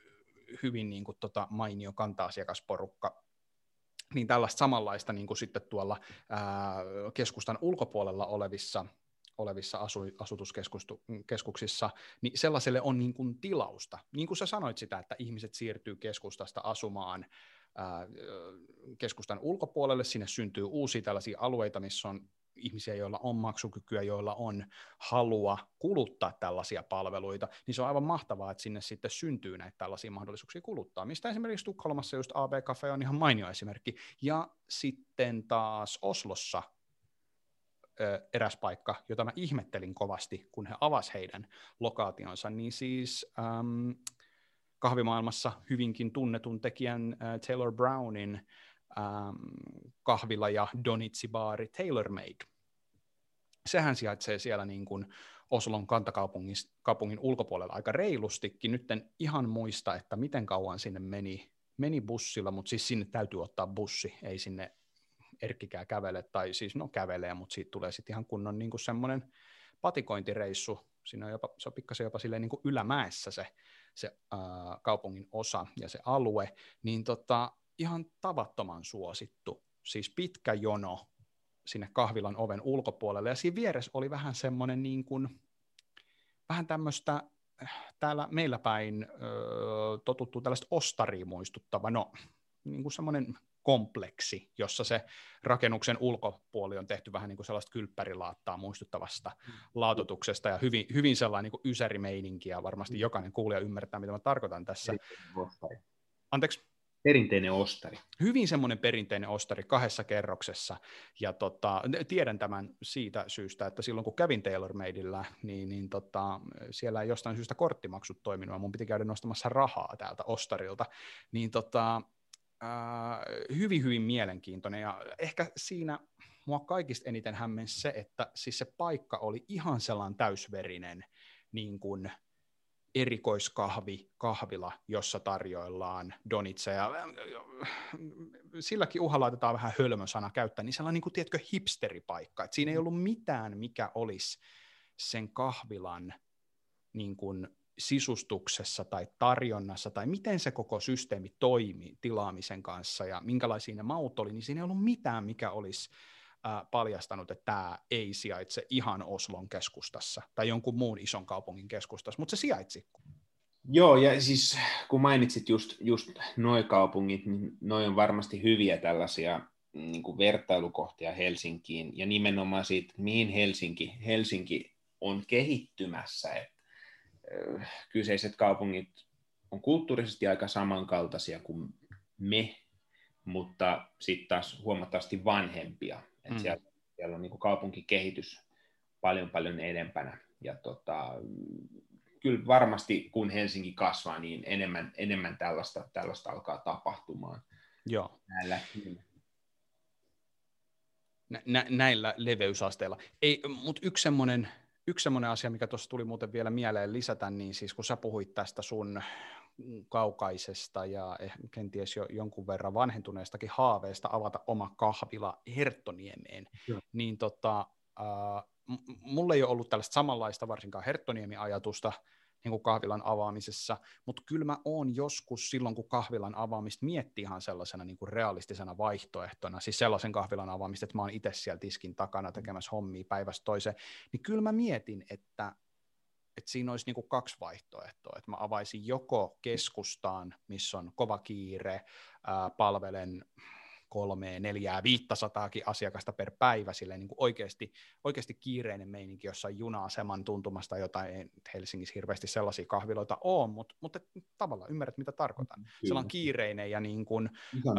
hyvin niin kuin tota mainio kanta-asiakasporukka, niin tällaista samanlaista niin kuin sitten tuolla uh, keskustan ulkopuolella olevissa, olevissa asu, asutuskeskuksissa, niin sellaiselle on niin kuin tilausta. Niin kuin sä sanoit sitä, että ihmiset siirtyy keskustasta asumaan uh, keskustan ulkopuolelle, sinne syntyy uusia tällaisia alueita, missä on ihmisiä, joilla on maksukykyä, joilla on halua kuluttaa tällaisia palveluita, niin se on aivan mahtavaa, että sinne sitten syntyy näitä tällaisia mahdollisuuksia kuluttaa, mistä esimerkiksi Tukholmassa just A B-cafe on ihan mainio esimerkki, ja sitten taas Oslossa ö, eräs paikka, jota mä ihmettelin kovasti, kun he avasivat heidän lokaationsa, niin siis äm, kahvimaailmassa hyvinkin tunnetun tekijän äh, Taylor Brownin Ähm, kahvila ja donitsi-baari TaylorMade. Sehän sijaitsee siellä niin kuin Oslon kantakaupungin kaupungin ulkopuolella aika reilustikin. Nyt en ihan muista, että miten kauan sinne meni, meni bussilla, mutta siis sinne täytyy ottaa bussi, ei sinne Erkkikään kävele, tai siis no kävelee, mutta siitä tulee sitten ihan kunnon niin kuin semmoinen patikointireissu. Siinä on jopa, se on pikkasen jopa silleen niin kuin ylämäessä se, se äh, kaupungin osa ja se alue, niin tota, ihan tavattoman suosittu, siis pitkä jono sinne kahvilan oven ulkopuolelle, ja siinä vieressä oli vähän semmoinen niin kuin, vähän tämmöistä täällä meillä päin öö, totuttu tällaista ostaria muistuttava, no niin kuin semmoinen kompleksi, jossa se rakennuksen ulkopuoli on tehty vähän niin kuin sellaista kylppärilaattaa muistuttavasta mm. laatotuksesta, ja hyvin, hyvin sellainen niin kuin ysärimeininki, ja varmasti mm. jokainen kuulija ymmärtää, mitä mä tarkoitan tässä. Anteeksi? Perinteinen ostari. Hyvin semmoinen perinteinen ostari kahdessa kerroksessa, ja tota, tiedän tämän siitä syystä, että silloin kun kävin TaylorMadeillä, niin, niin tota, siellä ei jostain syystä korttimaksut toiminut, ja mun piti käydä nostamassa rahaa täältä ostarilta, niin tota, ää, hyvin, hyvin mielenkiintoinen, ja ehkä siinä mua kaikista eniten hämmensi se, että siis se paikka oli ihan sellainen täysverinen, niin kuin erikoiskahvi, kahvila, jossa tarjoillaan donitseja. Silläkin uhalla laitetaan vähän hölmösana käyttää, niin sellainen, niin kuin, tiedätkö, hipsteripaikka. Et siinä ei ollut mitään, mikä olisi sen kahvilan niin kuin sisustuksessa tai tarjonnassa, tai miten se koko systeemi toimi tilaamisen kanssa, ja minkälaisia ne maut oli, niin siinä ei ollut mitään, mikä olisi äh, paljastanut, että tämä ei sijaitse ihan Oslon keskustassa, tai jonkun muun ison kaupungin keskustassa, mutta se sijaitsi. Joo, ja siis kun mainitsit just, just noi kaupungit, niin noi on varmasti hyviä tällaisia niin kuin vertailukohtia Helsinkiin, ja nimenomaan siitä, mihin Helsinki, Helsinki on kehittymässä, että kyseiset kaupungit on kulttuurisesti aika samankaltaisia kuin me, mutta sitten taas huomattavasti vanhempia. Et mm. siellä, siellä on niin kuin kaupunkikehitys paljon paljon edempänä. Ja tota, kyllä varmasti kun Helsinki kasvaa, niin enemmän, enemmän tällaista, tällaista alkaa tapahtumaan. Joo. Näillä. Nä, näillä leveysasteilla. Ei, mutta yksi semmoinen Yksi semmoinen asia, mikä tuossa tuli muuten vielä mieleen lisätä, niin siis kun sä puhuit tästä sun kaukaisesta ja kenties jo jonkun verran vanhentuneestakin haaveesta avata oma kahvila Herttoniemeen, ja. niin tota, äh, mulla ei ole ollut tällaista samanlaista varsinkaan Herttoniemi-ajatusta niin kuin kahvilan avaamisessa, mutta kyllä mä oon joskus silloin, kun kahvilan avaamista miettii ihan sellaisena niin kuin realistisena vaihtoehtona, siis sellaisen kahvilan avaamista, että mä oon itse siellä tiskin takana tekemässä hommia päivästä toiseen, niin kyllä mä mietin, että, että siinä olisi niin kuin kaksi vaihtoehtoa, että mä avaisin joko keskustaan, missä on kova kiire, ää, palvelen kolmea, neljää, viittasataakin asiakasta per päivä, silleen niin kuin oikeasti, oikeasti kiireinen meininki jossain juna-aseman tuntumasta jotain, ei Helsingissä hirveästi sellaisia kahviloita ole, mutta, mutta tavallaan ymmärrät, mitä tarkoitan. Kyllä. Sellainen kiireinen ja niin kuin...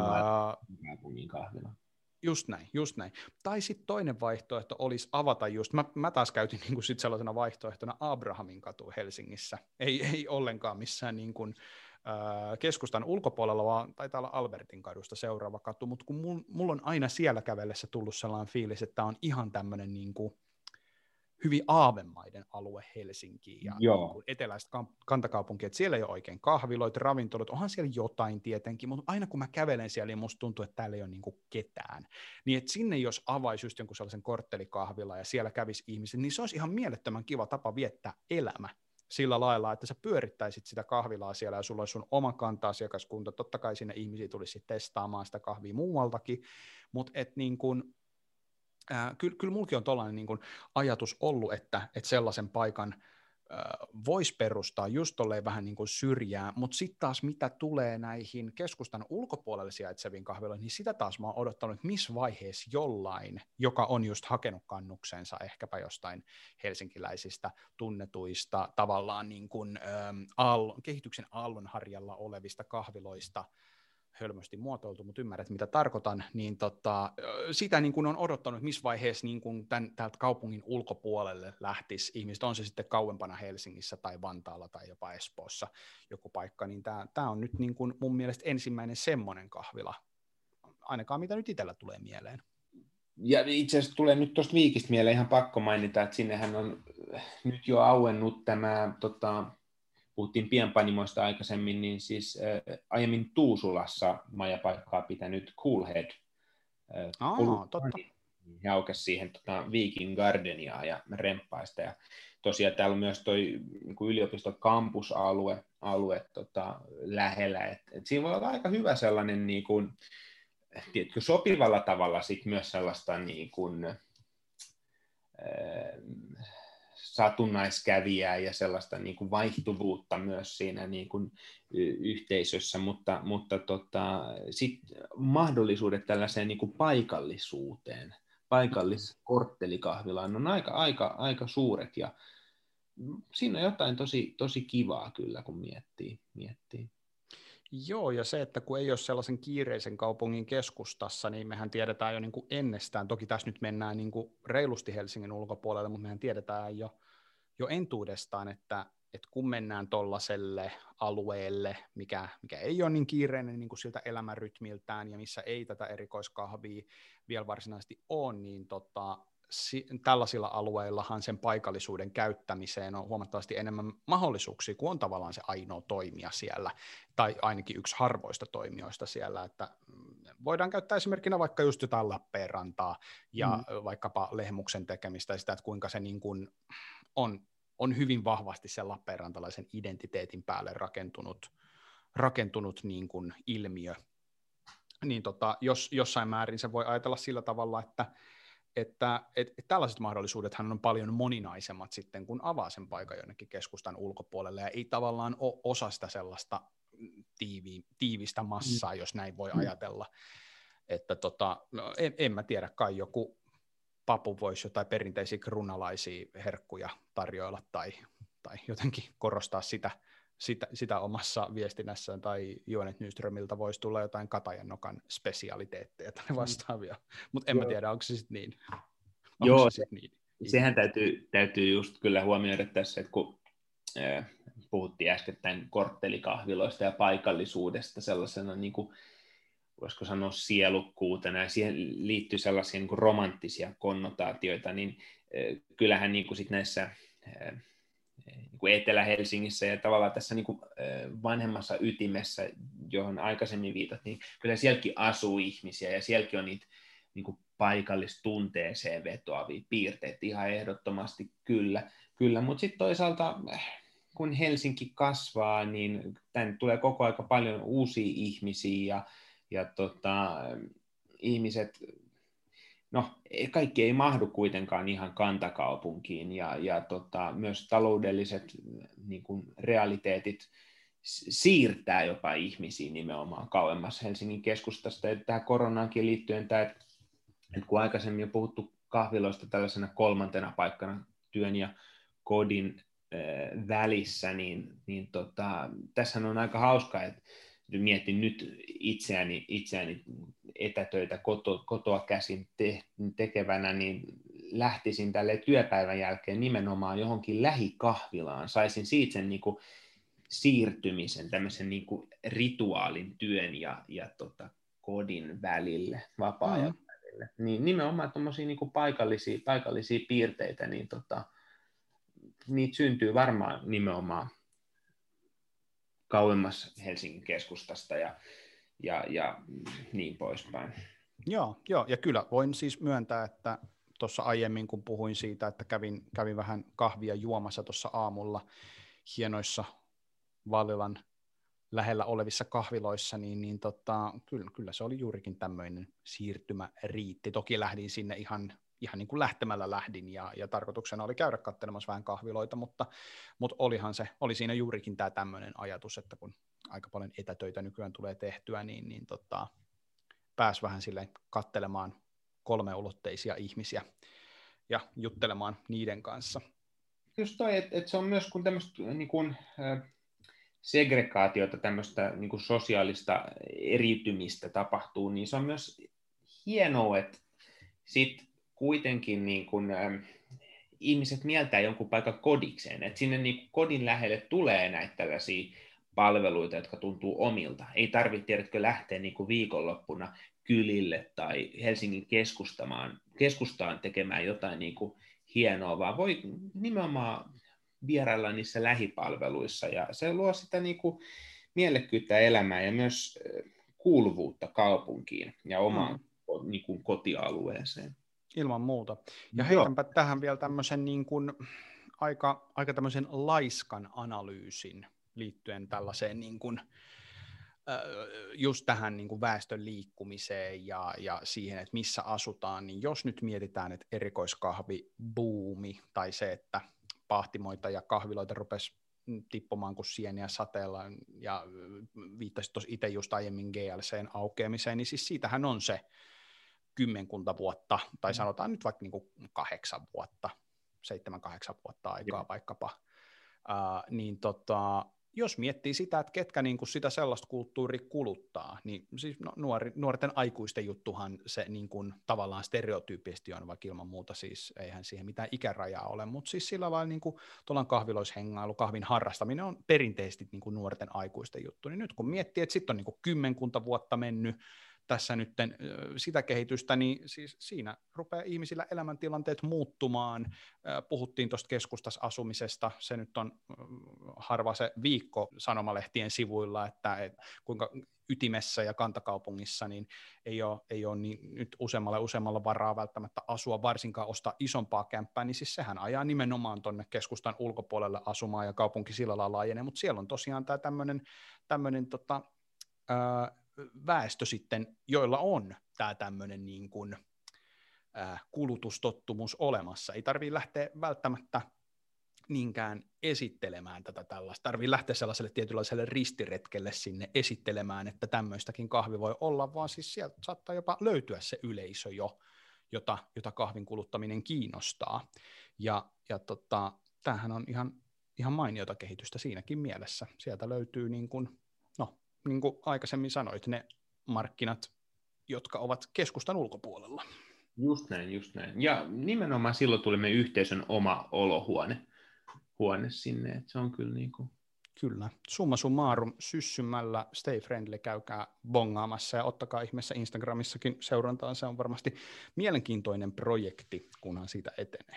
Ää, kahvila. Just näin, just näin. Tai sitten toinen vaihtoehto olisi avata just, mä, mä taas käytin niin kuin sit sellaisena vaihtoehtona Abrahamin katu Helsingissä, ei, ei ollenkaan missään niin kuin, äh, keskustan ulkopuolella, vaan taitaa olla Albertin kadusta seuraava katu, mutta kun mulla mul on aina siellä kävellessä tullut sellainen fiilis, että tämä on ihan tämmöinen niin kuin hyvin aavemaiden alue Helsinkiin ja niin eteläistä kantakaupunkia, että siellä ei ole oikein kahviloita, ravintoloita, onhan siellä jotain tietenkin, mutta aina kun mä kävelen siellä, niin musta tuntuu, että täällä ei ole niin kuin ketään. Niin että sinne jos avaisi just jonkun sellaisen korttelikahvila ja siellä kävisi ihmiset, niin se olisi ihan mielettömän kiva tapa viettää elämä sillä lailla, että sä pyörittäisit sitä kahvilaa siellä ja sulla olisi sun oma kanta-asiakaskunta, totta kai sinne ihmisiä tulisi testaamaan sitä kahvia muualtakin, mutta että niin kuin Äh, kyllä, kyllä mullakin on tuollainen niin kuin ajatus ollut, että, että sellaisen paikan äh, voisi perustaa just tolleen vähän niin kuin syrjää, mutta sitten taas mitä tulee näihin keskustan ulkopuolelle sijaitseviin kahviloihin, niin sitä taas mä oon odottanut, että missä vaiheessa jollain, joka on just hakenut kannuksensa ehkäpä jostain helsinkiläisistä tunnetuista tavallaan niin kuin, ähm, aallon, kehityksen aallonharjalla olevista kahviloista, hölmösti muotoiltu, mutta ymmärrät, mitä tarkoitan, niin tota, sitä niin kuin on odottanut, että missä vaiheessa niin kuin tämän, täältä kaupungin ulkopuolelle lähtisi ihmiset, on se sitten kauempana Helsingissä tai Vantaalla tai jopa Espoossa joku paikka, niin tämä, tämä on nyt niin kuin mun mielestä ensimmäinen semmoinen kahvila, ainakaan mitä nyt itsellä tulee mieleen. Ja itse asiassa tulee nyt tuosta Viikistä mieleen ihan pakko mainita, että sinnehän on nyt jo auennut tämä tota, puhuttiin pienpanimoista aikaisemmin, niin siis äh, aiemmin Tuusulassa majapaikkaa pitänyt Cool Head. Äh, Aa, totta. Ja aukesi siihen tota, Viikin Gardenia ja remppaista. Ja tosiaan täällä on myös toi niin yliopiston kampusalue alue, tota, lähellä. Et, et siinä voi olla aika hyvä sellainen, niin kuin, tiedätkö, sopivalla tavalla sit myös sellaista niin kuin, äh, satunnaiskävijää ja sellaista niin kuin vaihtuvuutta myös siinä niin kuin yhteisössä, mutta, mutta tota, sit mahdollisuudet tällaiseen niin kuin paikallisuuteen, paikalliskorttelikahvilaan on aika, aika, aika suuret ja siinä on jotain tosi, tosi kivaa kyllä, kun miettii. miettii. Joo, ja se, että kun ei ole sellaisen kiireisen kaupungin keskustassa, niin mehän tiedetään jo niin kuin ennestään, toki tässä nyt mennään niin kuin reilusti Helsingin ulkopuolelle, mutta mehän tiedetään jo, jo entuudestaan, että, että kun mennään tuollaiselle alueelle, mikä, mikä ei ole niin kiireinen niin kuin siltä elämänrytmiltään ja missä ei tätä erikoiskahvia vielä varsinaisesti ole, niin tota, si- tällaisilla alueillahan sen paikallisuuden käyttämiseen on huomattavasti enemmän mahdollisuuksia, kun on tavallaan se ainoa toimija siellä, tai ainakin yksi harvoista toimijoista siellä, että voidaan käyttää esimerkkinä vaikka just jotain Lappeenrantaa ja mm. vaikkapa Lehmuksen tekemistä ja sitä, että kuinka se niin kuin on, on hyvin vahvasti sen lappeenrantalaisen identiteetin päälle rakentunut, rakentunut niin kuin ilmiö. Niin tota, jos jossain määrin se voi ajatella sillä tavalla, että että et, et tällaiset mahdollisuudethan on paljon moninaisemmat sitten, kun avaa sen paikan jonnekin keskustan ulkopuolelle, ja ei tavallaan ole osa sitä sellaista tiivi, tiivistä massaa, mm. jos näin voi mm. ajatella. Että tota, no, en, en mä tiedä, kai joku papu voisi jotain perinteisiä grunalaisia herkkuja tarjoilla, tai, tai jotenkin korostaa sitä, sitä, sitä omassa viestinnässään, tai Joanet Nyströmiltä voisi tulla jotain Katajannokan spesialiteetteja tai vastaavia, mutta en mä tiedä, onko se sitten niin. Onko Joo, se sit niin? Sehän täytyy, täytyy just kyllä huomioida tässä, että kun äh, puhuttiin äskettäin korttelikahviloista ja paikallisuudesta sellaisena, niin kuin, voisiko sanoa sielukkuutena, ja siihen liittyy sellaisia niin kuin romanttisia konnotaatioita, niin äh, kyllähän niin kuin sit näissä äh, niin kuin Etelä-Helsingissä ja tavallaan tässä niin kuin vanhemmassa ytimessä, johon aikaisemmin viitat, niin kyllä sielläkin asuu ihmisiä ja sielläkin on niitä niin kuin paikallistunteeseen vetoavia piirteitä ihan ehdottomasti kyllä, kyllä. Mutta sitten toisaalta kun Helsinki kasvaa, niin tänne tulee koko aika paljon uusia ihmisiä ja, ja tota, ihmiset, no kaikki ei mahdu kuitenkaan ihan kantakaupunkiin ja, ja tota, myös taloudelliset niin kuin realiteetit siirtää jopa ihmisiä nimenomaan kauemmas Helsingin keskustasta. Ja tähän koronaankin liittyen tämä, että, että kun aikaisemmin on puhuttu kahviloista tällaisena kolmantena paikkana työn ja kodin äh, välissä, niin, niin tota, tässä on aika hauskaa, että mietin nyt itseäni, itseäni etätöitä koto, kotoa käsin te, tekevänä, niin lähtisin tälle työpäivän jälkeen nimenomaan johonkin lähikahvilaan. Saisin siitä sen niin kuin siirtymisen, tämmöisen niin kuin rituaalin työn ja, ja tota, kodin välille, vapaa-ajan mm. välille. Niin nimenomaan tuommoisia niin kuin paikallisia, paikallisia piirteitä, niin tota, niitä syntyy varmaan nimenomaan kauemmas Helsingin keskustasta ja, ja, ja niin poispäin. Joo, joo, ja kyllä voin siis myöntää, että tuossa aiemmin kun puhuin siitä, että kävin, kävin vähän kahvia juomassa tuossa aamulla hienoissa Vallilan lähellä olevissa kahviloissa, niin, niin tota, kyllä, kyllä se oli juurikin tämmöinen siirtymäriitti. Toki lähdin sinne ihan, ihan niin kuin lähtemällä lähdin, ja, ja tarkoituksena oli käydä katselemassa vähän kahviloita, mutta, mutta olihan se, oli siinä juurikin tämä tämmöinen ajatus, että kun aika paljon etätöitä nykyään tulee tehtyä, niin, niin tota, pääsi vähän silleen katselemaan kolmeulotteisia ihmisiä ja juttelemaan niiden kanssa. Just toi, että et se on myös kun tämmöistä niin kun, äh, segregaatiota, tämmöistä niin kun sosiaalista eriytymistä tapahtuu, niin se on myös hienoa, että sit kuitenkin niin kun, äh, ihmiset mieltää jonkun paikan kodikseen, että sinne niin kun kodin lähelle tulee näitä tällaisia palveluita, jotka tuntuu omilta. Ei tarvitse, tiedätkö, lähteä niin kuin viikonloppuna kylille tai Helsingin keskustamaan, keskustaan tekemään jotain niin kuin hienoa, vaan voi nimenomaan vierailla niissä lähipalveluissa, ja se luo sitä niin kuin mielekkyyttä elämään ja myös kuuluvuutta kaupunkiin ja omaan mm. niin kuin kotialueeseen. Ilman muuta. Ja heitänpä Joo. tähän vielä tämmöisen niin kuin aika, aika tämmöisen laiskan analyysin liittyen tällaiseen niin kuin, just tähän niin kuin väestön liikkumiseen ja, ja siihen, että missä asutaan, niin jos nyt mietitään, että erikoiskahvibuumi tai se, että pahtimoita ja kahviloita rupesi tippumaan kuin sieniä sateella, ja viittasit tuossa itse just aiemmin G L C:n aukeamiseen, niin siis siitähän on se kymmenkunta vuotta, tai sanotaan nyt vaikka niin kuin kahdeksan vuotta, seitsemän, kahdeksan vuotta aikaa Jep. vaikkapa, uh, niin tota, jos miettii sitä, että ketkä niin kuin sitä sellaista kulttuuria kuluttaa, niin siis no, nuori, nuorten aikuisten juttuhan se niin kuin tavallaan stereotyyppisesti on, vaikka ilman muuta siis eihän siihen mitään ikärajaa ole, mutta siis sillä lailla niin kuin tuollainen kahviloishengailu, kahvin harrastaminen on perinteisesti niin kuin nuorten aikuisten juttu, niin nyt kun miettii, että sitten on niin kuin kymmenkunta vuotta mennyt tässä nyt sitä kehitystä, niin siis siinä rupeaa ihmisillä elämäntilanteet muuttumaan. Puhuttiin tuosta keskustasasumisesta, se nyt on harva se viikko sanomalehtien sivuilla, että, että kuinka ytimessä ja kantakaupungissa niin ei ole, ei ole niin, nyt useammalla useammalla varaa välttämättä asua, varsinkaan ostaa isompaa kämppää, niin siis sehän ajaa nimenomaan tuonne keskustan ulkopuolelle asumaan ja kaupunki sillä lailla laajenee, mutta siellä on tosiaan tämä tämmöinen tämmöinen tota, ää, väestö sitten, joilla on tämä tämmöinen niin kuin, ää, kulutustottumus olemassa. Ei tarvitse lähteä välttämättä niinkään esittelemään tätä tällaista. Tarvii lähteä sellaiselle tietynlaiselle ristiretkelle sinne esittelemään, että tämmöistäkin kahvi voi olla, vaan siis sieltä saattaa jopa löytyä se yleisö jo, jota, jota kahvin kuluttaminen kiinnostaa. Ja, ja tota, tämähän on ihan, ihan mainiota kehitystä siinäkin mielessä. Sieltä löytyy, niin kuin, no, niin kuin aikaisemmin sanoit, ne markkinat, jotka ovat keskustan ulkopuolella. Just näin, just näin. Ja nimenomaan silloin tulimme yhteisön oma olohuone huone sinne, että se on kyllä niin kuin... Kyllä. Summa summarum, syssymällä Stay Friendly, käykää bongaamassa ja ottakaa ihmeessä Instagramissakin seurantaan. Se on varmasti mielenkiintoinen projekti, kunhan siitä etenee.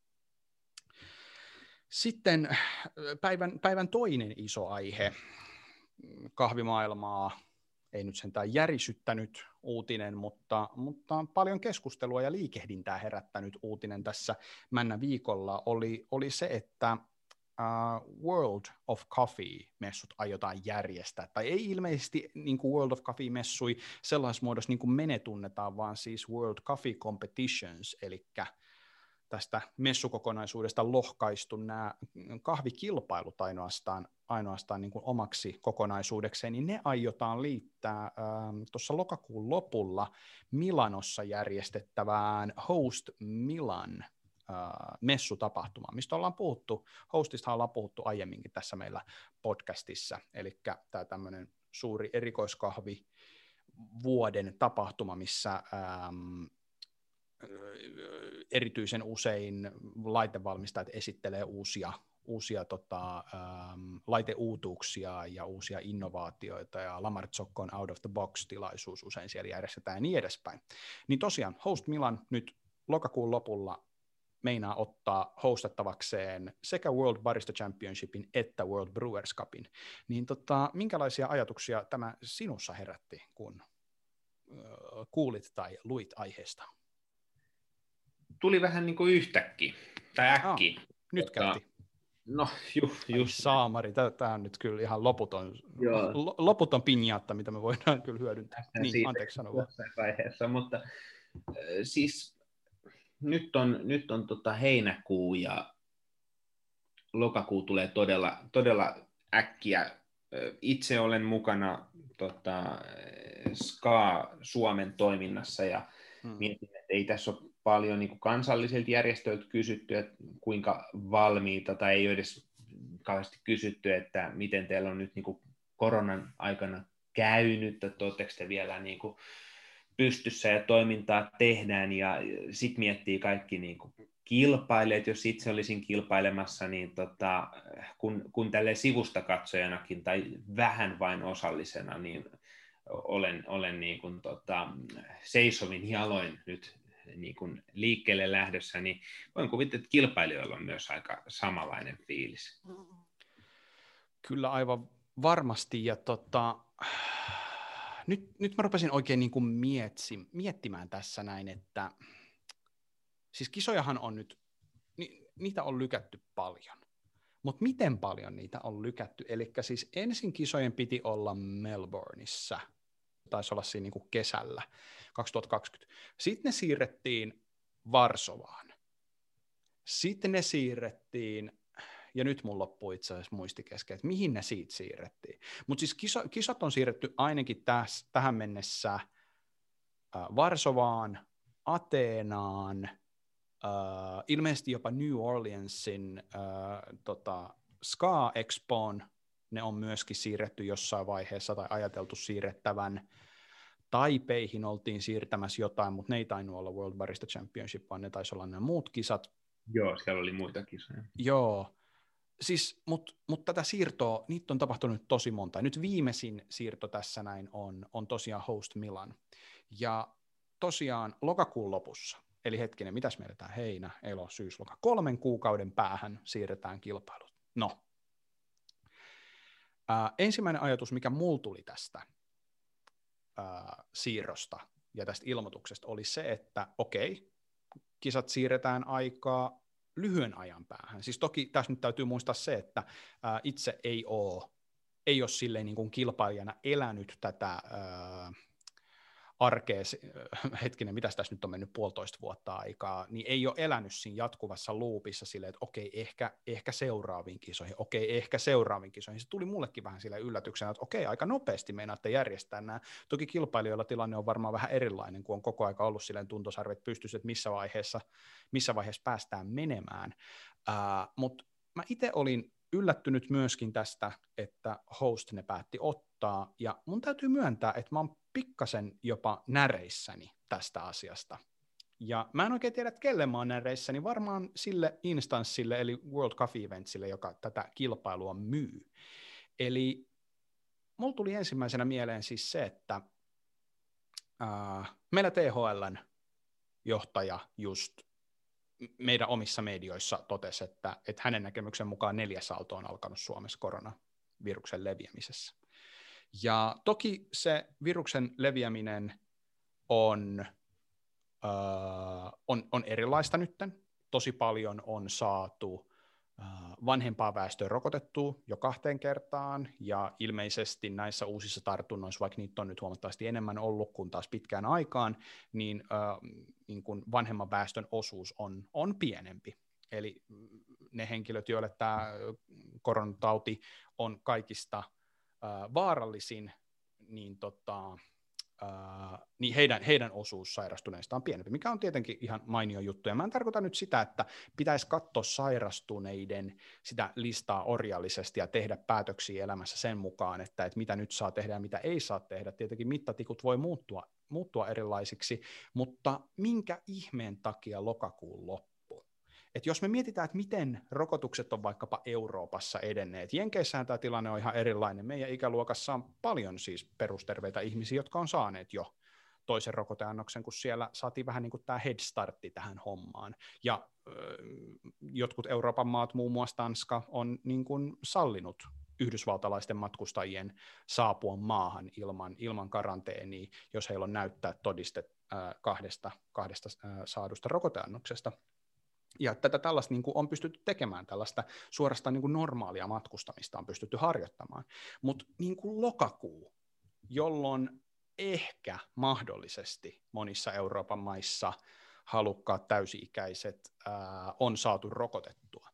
Sitten päivän, päivän toinen iso aihe, kahvimaailmaa, ei nyt sentään järisyttänyt uutinen, mutta, mutta paljon keskustelua ja liikehdintää herättänyt uutinen tässä männä viikolla oli, oli se, että uh, World of Coffee-messut aiotaan järjestää, tai ei ilmeisesti niin kuin World of Coffee-messui sellaisessa muodossa niin kuin me tunnetaan, vaan siis World Coffee Competitions, eli tästä messukokonaisuudesta lohkaistu nämä kahvikilpailut ainoastaan, ainoastaan niin kuin omaksi kokonaisuudekseen, niin ne aiotaan liittää äh, tuossa lokakuun lopulla Milanossa järjestettävään Host Milan äh, messutapahtumaan, mistä ollaan puhuttu, Hostista ollaan puhuttu aiemminkin tässä meillä podcastissa, eli tämä tämmöinen suuri erikoiskahvi vuoden tapahtuma, missä ähm, erityisen usein laitevalmistajat esittelee uusia, uusia tota, ähm, laiteuutuuksia ja uusia innovaatioita, ja La Marzocco on out of the box-tilaisuus usein siellä järjestetään ja niin edespäin. Niin tosiaan Host Milan nyt lokakuun lopulla meinaa ottaa hostattavakseen sekä World Barista Championshipin että World Brewers Cupin. Niin tota, minkälaisia ajatuksia tämä sinussa herätti, kun äh, kuulit tai luit aiheesta? Tuli vähän niin kuin yhtäkkiä, tai äkkiä. Ah, nyt käytti. No, ju, just. Saamari, tämä on nyt kyllä ihan loputon, Joo. loputon pinjaatta, mitä me voidaan kyllä hyödyntää. Niin, siitä anteeksi sanoa. Vaiheessa, mutta äh, siis nyt on, nyt on tota heinäkuu ja lokakuu tulee todella, todella äkkiä. Itse olen mukana tota, S K A Suomen toiminnassa ja hmm. mietin, että ei tässä ole paljon niin kuin kansallisilta järjestöiltä kysytty, että kuinka valmiita, tai ei ole edes kauheasti kysytty, että miten teillä on nyt niin kuin koronan aikana käynyt, että oletteko te vielä niin kuin pystyssä ja toimintaa tehdään, ja sitten miettii kaikki niin kuin kilpailijat, jos itse olisin kilpailemassa, niin tota, kun, kun tälle sivusta katsojanakin tai vähän vain osallisena, niin olen, olen niin kuin tota, seisovin jaloin nyt niin kuin liikkeelle lähdössä, niin voin kuvitella, että kilpailijoilla on myös aika samanlainen fiilis. Kyllä aivan varmasti, ja tota, nyt, nyt mä rupesin oikein niin kuin mietsi, miettimään tässä näin, että siis kisojahan on nyt, ni, niitä on lykätty paljon, mutta miten paljon niitä on lykätty? Eli siis ensin kisojen piti olla Melbourneissa, taisi olla siinä niin kuin kesällä kaksituhattakaksikymmentä. Sitten ne siirrettiin Varsovaan. Sitten ne siirrettiin, ja nyt mun loppuu itse asiassa muisti kesken, että mihin ne siitä siirrettiin. Mutta siis kiso, kisat on siirretty ainakin täs, tähän mennessä äh, Varsovaan, Ateenaan, äh, ilmeisesti jopa New Orleansin äh, tota, S K A Expoon, ne on myöskin siirretty jossain vaiheessa tai ajateltu siirrettävän. Taipeihin oltiin siirtämässä jotain, mutta ne ei tainnut olla World Barista Championship, vaan ne taisi olla nämä muut kisat. Joo, siellä oli muita kisoja. Joo, siis, mutta mut tätä siirtoa, niitä on tapahtunut tosi monta. Nyt viimeisin siirto tässä näin on, on tosiaan Host Milan. Ja tosiaan lokakuun lopussa, eli hetkinen, mitäs meillä tämä heinä, elo, syysloka, kolmen kuukauden päähän siirretään kilpailut. No, ää, ensimmäinen ajatus, mikä mulla tuli tästä ää, siirrosta ja tästä ilmoituksesta, oli se, että okei, kisat siirretään aikaa lyhyen ajan päähän. Siis toki tässä nyt täytyy muistaa se, että ää, itse ei ole, ei ole silleen niin kuin kilpailijana elänyt tätä ää, arkea, hetkinen, mitäs tässä nyt on mennyt puolitoista vuotta aikaa, niin ei ole elänyt siinä jatkuvassa loopissa silleen, että okei, ehkä, ehkä seuraaviin kisoihin, okei, ehkä seuraaviin kisoihin. Se tuli mullekin vähän sille yllätyksenä, että okei, aika nopeasti meinaatte järjestää nämä. Toki kilpailijoilla tilanne on varmaan vähän erilainen, kun on koko aika ollut silleen tuntosarvet pystyssä, että missä vaiheessa, missä vaiheessa päästään menemään. Uh, mutta mä itse olin yllättynyt myöskin tästä, että Host ne päätti ottaa, ja mun täytyy myöntää, että mä oon pikkasen jopa näreissäni tästä asiasta. Ja mä en oikein tiedä, että kelle mä oon näreissäni, varmaan sille instanssille, eli World Cup Eventsille, joka tätä kilpailua myy. Eli mulla tuli ensimmäisenä mieleen siis se, että äh, meillä T H L:n johtaja just meidän omissa medioissa totesi, että, että hänen näkemyksen mukaan neljäs aalto on alkanut Suomessa koronaviruksen leviämisessä. Ja toki se viruksen leviäminen on, öö, on, on erilaista nytten. Tosi paljon on saatu öö, vanhempaa väestöä rokotettua jo kahteen kertaan, ja ilmeisesti näissä uusissa tartunnoissa, vaikka niitä on nyt huomattavasti enemmän ollut kuin taas pitkään aikaan, niin, öö, niin kuin vanhemman väestön osuus on, on pienempi. Eli ne henkilöt, joille tämä koronatauti on kaikista Uh, vaarallisin, niin, tota, uh, niin heidän, heidän osuus sairastuneista on pienempi, mikä on tietenkin ihan mainio juttu. Ja mä en tarkoita nyt sitä, että pitäisi katsoa sairastuneiden sitä listaa orjallisesti ja tehdä päätöksiä elämässä sen mukaan, että, että mitä nyt saa tehdä ja mitä ei saa tehdä. Tietenkin mittatikut voi muuttua, muuttua erilaisiksi, mutta minkä ihmeen takia lokakuun loppu? Et jos me mietitään, että miten rokotukset on vaikkapa Euroopassa edenneet, Jenkeissähän tämä tilanne on ihan erilainen. Meidän ikäluokassa on paljon siis perusterveitä ihmisiä, jotka on saaneet jo toisen rokoteannoksen, kun siellä saatiin vähän niin kuin tämä head startti tähän hommaan. Ja ö, jotkut Euroopan maat, muun muassa Tanska, on niin kuin sallinut yhdysvaltalaisten matkustajien saapua maahan ilman, ilman karanteenia, jos heillä on näyttää todiste äh, kahdesta, kahdesta äh, saadusta rokoteannoksesta. Ja tätä tällaista niin kuin on pystytty tekemään, tällaista suorastaan niin kuin normaalia matkustamista on pystytty harjoittamaan. Mutta niin kuin lokakuu, jolloin ehkä mahdollisesti monissa Euroopan maissa halukkaat täysi-ikäiset ää, on saatu rokotettua,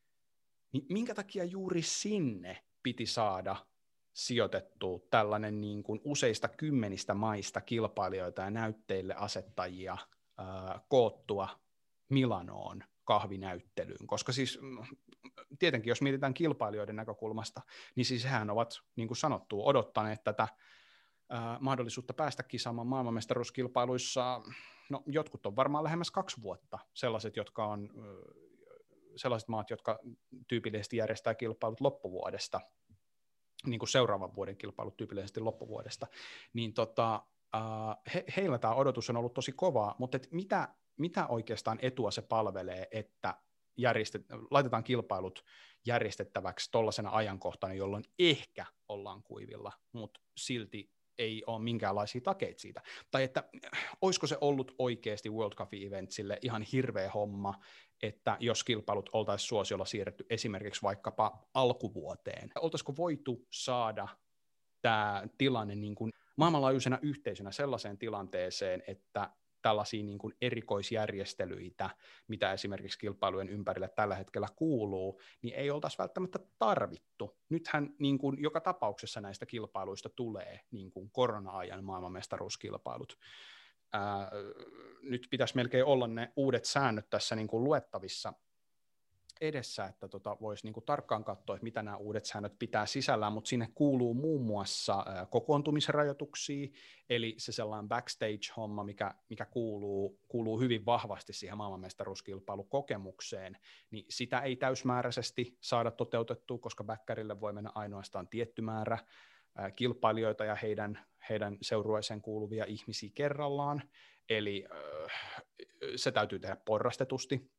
niin minkä takia juuri sinne piti saada sijoitettua tällainen niin kuin useista kymmenistä maista kilpailijoita ja näytteille asettajia ää, koottua Milanoon kahvinäyttelyyn, koska siis tietenkin jos mietitään kilpailijoiden näkökulmasta, niin siis hehän ovat, niin kuin sanottu, odottaneet tätä ää, mahdollisuutta päästä kisaamaan maailmanmestaruuskilpailuissa, no jotkut on varmaan lähemmäs kaksi vuotta, sellaiset, jotka on, sellaiset maat, jotka tyypillisesti järjestää kilpailut loppuvuodesta, niin kuin seuraavan vuoden kilpailut tyypillisesti loppuvuodesta, niin tota, ää, he, heillä tämä odotus on ollut tosi kovaa, mutta et mitä mitä oikeastaan etua se palvelee, että järjestet, laitetaan kilpailut järjestettäväksi tuollaisena ajankohtana, jolloin ehkä ollaan kuivilla, mutta silti ei ole minkäänlaisia takeita siitä. Tai että olisiko se ollut oikeasti World Cup Eventsille ihan hirveä homma, että jos kilpailut oltaisiin suosiolla siirretty esimerkiksi vaikkapa alkuvuoteen, oltaisiko voitu saada tämä tilanne niin kuin maailmanlaajuisena yhteisönä sellaiseen tilanteeseen, että tällaisia niin kuin erikoisjärjestelyitä, mitä esimerkiksi kilpailujen ympärille tällä hetkellä kuuluu, niin ei oltaisi välttämättä tarvittu. Nythän niin kuin joka tapauksessa näistä kilpailuista tulee niin kuin korona-ajan maailmanmestaruuskilpailut. Ää, nyt pitäisi melkein olla ne uudet säännöt tässä niin kuin luettavissa, edessä, että tota voisi niinku tarkkaan katsoa, että mitä nämä uudet säännöt pitää sisällään, mutta sinne kuuluu muun muassa ä, kokoontumisrajoituksia, eli se sellainen backstage-homma, mikä, mikä kuuluu, kuuluu hyvin vahvasti siihen maailmanmestaruuskilpailukokemukseen, niin sitä ei täysmääräisesti saada toteutettua, koska bäkkärille voi mennä ainoastaan tietty määrä ä, kilpailijoita ja heidän, heidän seurueeseen kuuluvia ihmisiä kerrallaan, eli ä, se täytyy tehdä porrastetusti,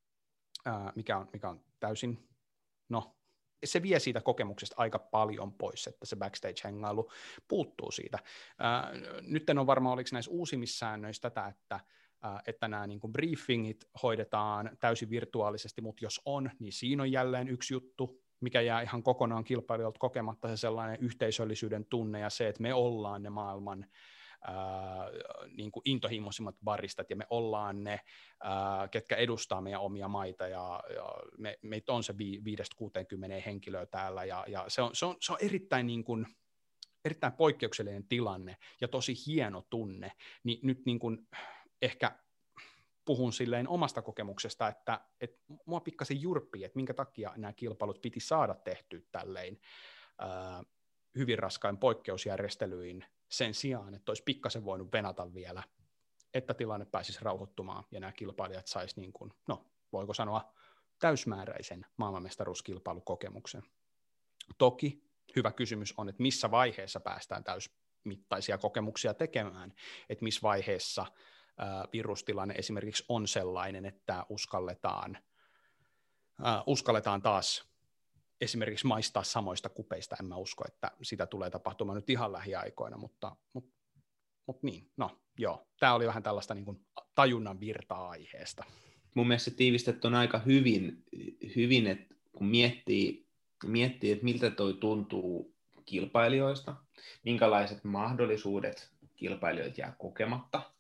Mikä on, mikä on täysin, no se vie siitä kokemuksesta aika paljon pois, että se backstage-hengailu puuttuu siitä. Ää, nyt en ole varma, oliko näissä uusimmissa säännöissä tätä, että, ää, että nämä niin kuin briefingit hoidetaan täysin virtuaalisesti, mutta jos on, niin siinä on jälleen yksi juttu, mikä jää ihan kokonaan kilpailijoilta kokematta, se sellainen yhteisöllisyyden tunne ja se, että me ollaan ne maailman Ää, niin kuin intohimoisimmat baristat, ja me ollaan ne, ää, ketkä edustaa meidän omia maita, ja, ja me, meitä on se viidestä kuuteenkymmeneen henkilöä täällä, ja, ja se, on, se, on, se on erittäin, niin kuin, erittäin poikkeuksellinen tilanne, ja tosi hieno tunne, niin nyt niin kuin, ehkä puhun silleen omasta kokemuksesta, että, että mua pikkasen jurppii, että minkä takia nämä kilpailut piti saada tehtyä tälleen ää, hyvin raskain poikkeusjärjestelyin, sen sijaan, että olisi pikkasen voinut venata vielä, että tilanne pääsisi rauhoittumaan ja nämä kilpailijat saisi, niin kuin, no voiko sanoa, täysmääräisen maailmanmestaruuskilpailukokemuksen. Toki hyvä kysymys on, että missä vaiheessa päästään täysmittaisia kokemuksia tekemään, että missä vaiheessa ää, virustilanne esimerkiksi on sellainen, että uskalletaan, ää, uskalletaan taas esimerkiksi maistaa samoista kupeista, en mä usko, että sitä tulee tapahtumaan nyt ihan lähiaikoina, mutta, mutta, mutta niin, no joo, tämä oli vähän tällaista niin kuin tajunnan virtaa aiheesta. Mun mielestä se tiivistetty on aika hyvin, hyvin että kun miettii, miettii, että miltä toi tuntuu kilpailijoista, minkälaiset mahdollisuudet kilpailijoita jää kokematta.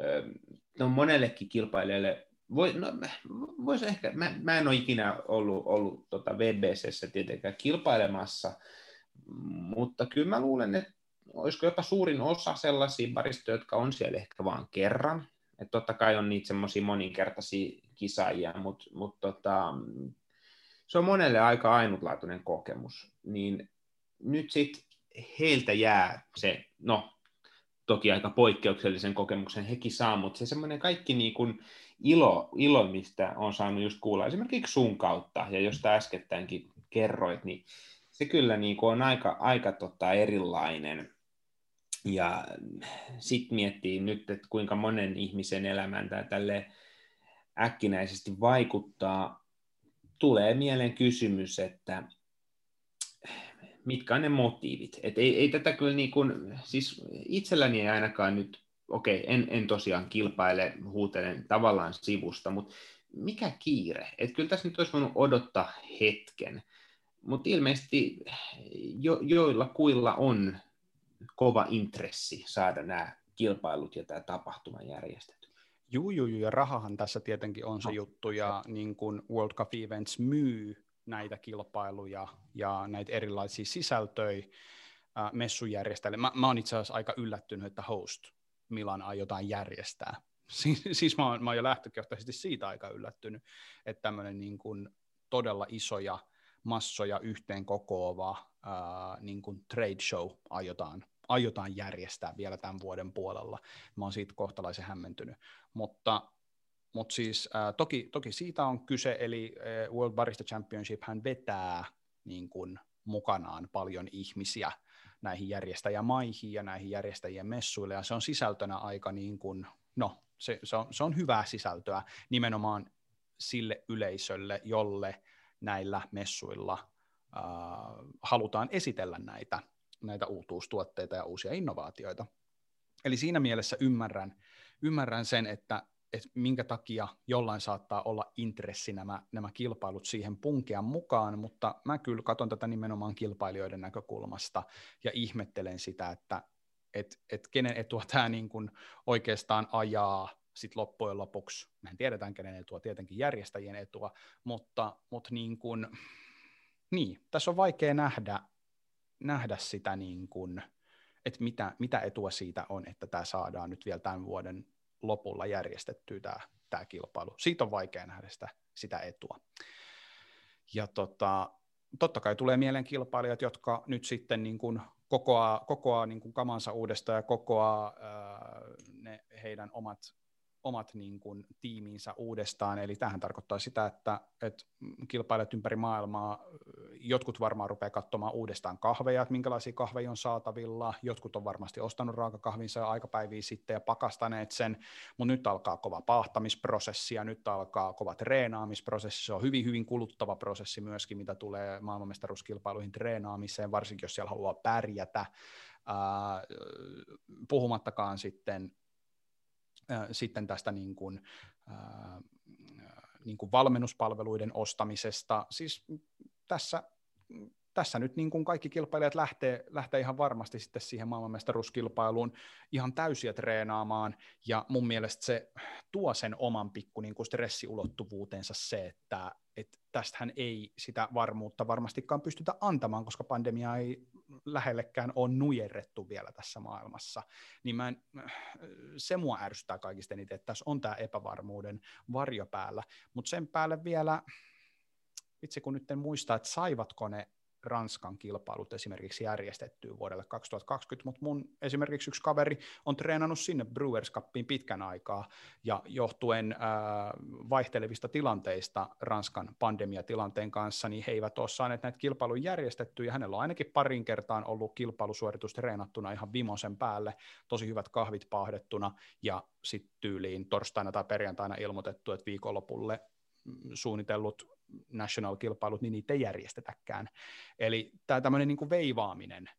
No monellekin kilpailijalle Voi, no, vois ehkä, mä, mä en ole ikinä ollut, ollut tota V B C:ssä tietenkään kilpailemassa, mutta kyllä mä luulen, että olisiko jopa suurin osa sellaisia baristoja, jotka on siellä ehkä vaan kerran. Että totta kai on niitä semmoisia moninkertaisia kisaajia, mutta mut tota, se on monelle aika ainutlaatuinen kokemus. Niin nyt sitten heiltä jää se, no toki aika poikkeuksellisen kokemuksen hekin saa, mutta se semmoinen kaikki niin kuin ilo, ilo, mistä on saanut just kuulla esimerkiksi sun kautta, ja josta äskettäinkin kerroit, niin se kyllä niin kuin on aika, aika tota erilainen. Ja sitten miettii nyt, että kuinka monen ihmisen elämään tämä tälle äkkinäisesti vaikuttaa. Tulee mieleen kysymys, että mitkä on ne motiivit. Et ei, ei tätä kyllä niin kuin, siis itselläni ei ainakaan nyt, okei, en, en tosiaan kilpaile, huutelen tavallaan sivusta, mutta mikä kiire? Et kyllä tässä nyt olisi voinut odottaa hetken, mutta ilmeisesti jo, joilla kuilla on kova intressi saada nämä kilpailut ja tämä tapahtuma järjestetty. Juu, juu, ja rahahan tässä tietenkin on se no. juttu, ja niin kuin World Cup Events myy näitä kilpailuja ja näitä erilaisia sisältöjä äh, messujärjestäjille. Mä, mä oon itse asiassa aika yllättynyt, että Host Milan aiotaan järjestää. Siis, siis mä, oon, mä oon jo lähtökohtaisesti siitä aika yllättynyt, että tämmöinen niin kuin todella isoja massoja yhteen kokoava äh, niin kuin trade show aiotaan, aiotaan järjestää vielä tämän vuoden puolella. Mä oon siitä kohtalaisen hämmentynyt, mutta Mutta siis äh, toki, toki siitä on kyse, eli äh, World Barista Championship hän vetää niin kun, mukanaan paljon ihmisiä näihin järjestäjämaihin ja näihin järjestäjien messuille, ja se on sisältönä aika, niin kun, no, se, se, on, se on hyvää sisältöä nimenomaan sille yleisölle, jolle näillä messuilla äh, halutaan esitellä näitä, näitä uutuustuotteita ja uusia innovaatioita. Eli siinä mielessä ymmärrän, ymmärrän sen, että että minkä takia jollain saattaa olla intressi nämä, nämä kilpailut siihen punkea mukaan, mutta mä kyllä katson tätä nimenomaan kilpailijoiden näkökulmasta ja ihmettelen sitä, että et, et kenen etua tämä niin kuin oikeastaan ajaa sit loppujen lopuksi. Mehän tiedetään kenen etua, tietenkin järjestäjien etua, mutta, mutta niin kuin, niin, tässä on vaikea nähdä, nähdä sitä, niin kuin, että mitä, mitä etua siitä on, että tämä saadaan nyt vielä tämän vuoden lopulla järjestettyä tämä, tämä kilpailu. Siitä on vaikea nähdä sitä, sitä etua. ja tota, totta kai tulee mieleen kilpailijat, jotka nyt sitten niin kuin kokoaa, kokoaa niin kuin kamansa uudestaan ja kokoaa ää, ne heidän omat, omat niin kuin tiiminsä uudestaan. Eli tämähän tarkoittaa sitä, että, että kilpailijat ympäri maailmaa, jotkut varmaan rupeaa katsomaan uudestaan kahveja, että minkälaisia kahveja on saatavilla. Jotkut on varmasti ostanut raakakahvinsa jo aikapäiviä sitten ja pakastaneet sen, mutta nyt alkaa kova paahtamisprosessi ja nyt alkaa kova treenaamisprosessi. Se on hyvin, hyvin kuluttava prosessi myöskin, mitä tulee maailmanmestaruuskilpailuihin treenaamiseen, varsinkin jos siellä haluaa pärjätä. Ää, puhumattakaan sitten sitten tästä niin kuin, ää, niin kuin valmennuspalveluiden ostamisesta. Siis tässä, tässä nyt niin kuin kaikki kilpailijat lähtee, lähtee ihan varmasti sitten siihen maailmanmestaruuskilpailuun ihan täysiä treenaamaan, ja mun mielestä se tuo sen oman pikku niin kuin stressiulottuvuutensa se, että et tästähän ei sitä varmuutta varmastikaan pystytä antamaan, koska pandemia ei lähellekään ole nujerrettu vielä tässä maailmassa, niin mä en, se mua ärsyttää kaikista eniten, että tässä on tämä epävarmuuden varjo päällä, mutta sen päälle vielä, itse kun nyt en muista, että saivatko ne Ranskan kilpailut esimerkiksi järjestettyä vuodelle kaksituhattakaksikymmentä, mutta mun esimerkiksi yksi kaveri on treenannut sinne Brewers Cupiin pitkän aikaa, ja johtuen ää, vaihtelevista tilanteista Ranskan pandemiatilanteen kanssa, niin he eivät ole saaneet näitä kilpailuja järjestettyä, ja hänellä on ainakin parin kertaan ollut kilpailusuoritus treenattuna ihan vimosen päälle, tosi hyvät kahvit paahdettuna, ja sitten tyyliin torstaina tai perjantaina ilmoitettu, että viikonlopulle suunnitellut national-kilpailut, niin niitä ei järjestetäkään. Eli tämä tämmöinen niin kuin veivaaminen,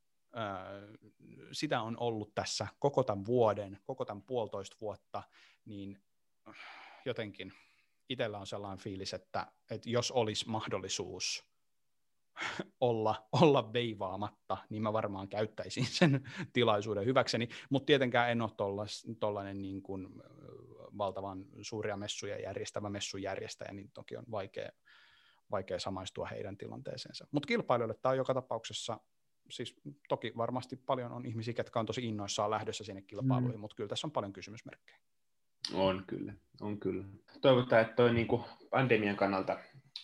sitä on ollut tässä koko tämän vuoden, koko tämän puolitoista vuotta, niin jotenkin itsellä on sellainen fiilis, että, että jos olisi mahdollisuus olla, olla veivaamatta, niin mä varmaan käyttäisin sen tilaisuuden hyväkseni, mutta tietenkään en ole tollainen niin kuin valtavan suuria messuja järjestävä messun järjestäjä, niin toki on vaikea, vaikea samaistua heidän tilanteeseensa. Mutta kilpailijoille tämä on joka tapauksessa, siis toki varmasti paljon on ihmisiä, jotka on tosi innoissaan lähdössä sinne kilpailuihin, mm. mutta kyllä tässä on paljon kysymysmerkkejä. On kyllä, on kyllä. Toivotaan, että toi niinku pandemian kannalta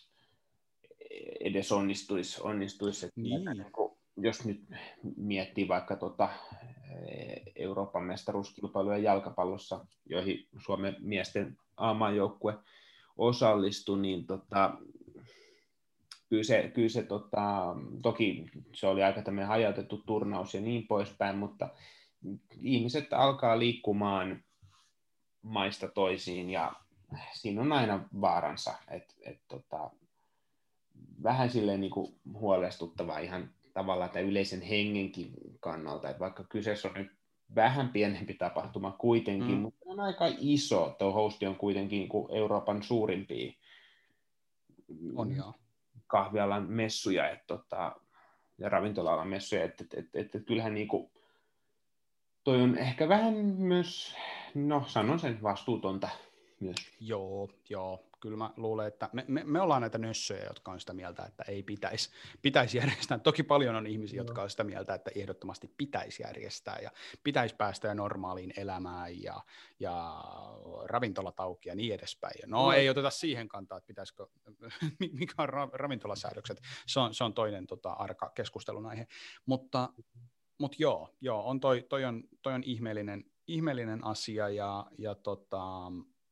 edes onnistuisi, onnistuisi että niin. Niinku, jos nyt miettii vaikka tota Euroopan mestaruuskilpailuja jalkapallossa, joihin Suomen miesten A M A-joukkue osallistui, niin tota, kyllä se, kyllä se tota, toki se oli aika tämmöinen hajautettu turnaus ja niin poispäin, mutta ihmiset alkaa liikkumaan maista toisiin ja siinä on aina vaaransa, että et, tota, vähän silleen niin kuin huolestuttavaa ihan tavallaan tämän yleisen hengenkin kannalta, että vaikka kyseessä on nyt vähän pienempi tapahtuma kuitenkin, mm. mutta on aika iso, tuo hosti on kuitenkin kuin Euroopan suurimpia on, joo. kahvialan messuja et, tota, ja ravintola-alan messuja, että et, et, et, et, kyllähän niin kuin, toi on ehkä vähän myös, no sanon sen vastuutonta myös. Joo, joo. Kyllä mä luulen, että me, me, me ollaan näitä nössöjä, jotka on sitä mieltä, että ei pitäisi, pitäisi järjestää. Toki paljon on ihmisiä, jotka on sitä mieltä, että ehdottomasti pitäisi järjestää ja pitäisi päästä normaaliin elämään ja, ja ravintolat auki ja niin edespäin. No, no ei oteta siihen kantaa, että pitäisikö, mikä on ra, ravintolasäädökset. Se on, se on toinen tota, arka keskustelun aihe. Mutta, mutta joo, joo on toi, toi, on, toi on ihmeellinen, ihmeellinen asia ja, ja tota,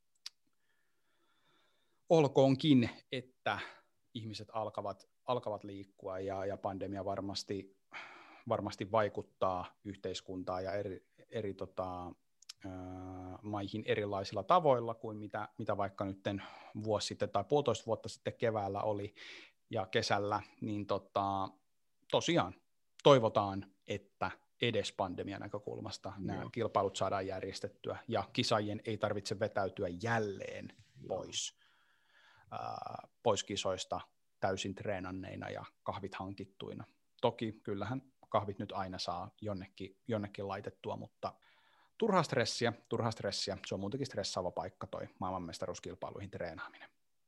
olkoonkin, että ihmiset alkavat, alkavat liikkua ja, ja pandemia varmasti, varmasti vaikuttaa yhteiskuntaan ja eri, eri tota, ää, maihin erilaisilla tavoilla kuin mitä, mitä vaikka nyt vuosi sitten tai puolitoista vuotta sitten keväällä oli ja kesällä, niin tota, tosiaan toivotaan, että edes pandemian näkökulmasta no. nämä kilpailut saadaan järjestettyä ja kisaajien ei tarvitse vetäytyä jälleen no. pois. pois kisoista täysin treenanneina ja kahvit hankittuina. Toki kyllähän kahvit nyt aina saa jonnekin, jonnekin laitettua, mutta turhaa stressiä, turhaa stressiä. Se on muutenkin stressaava paikka toi maailmanmestaruuskilpailuihin treenaaminen.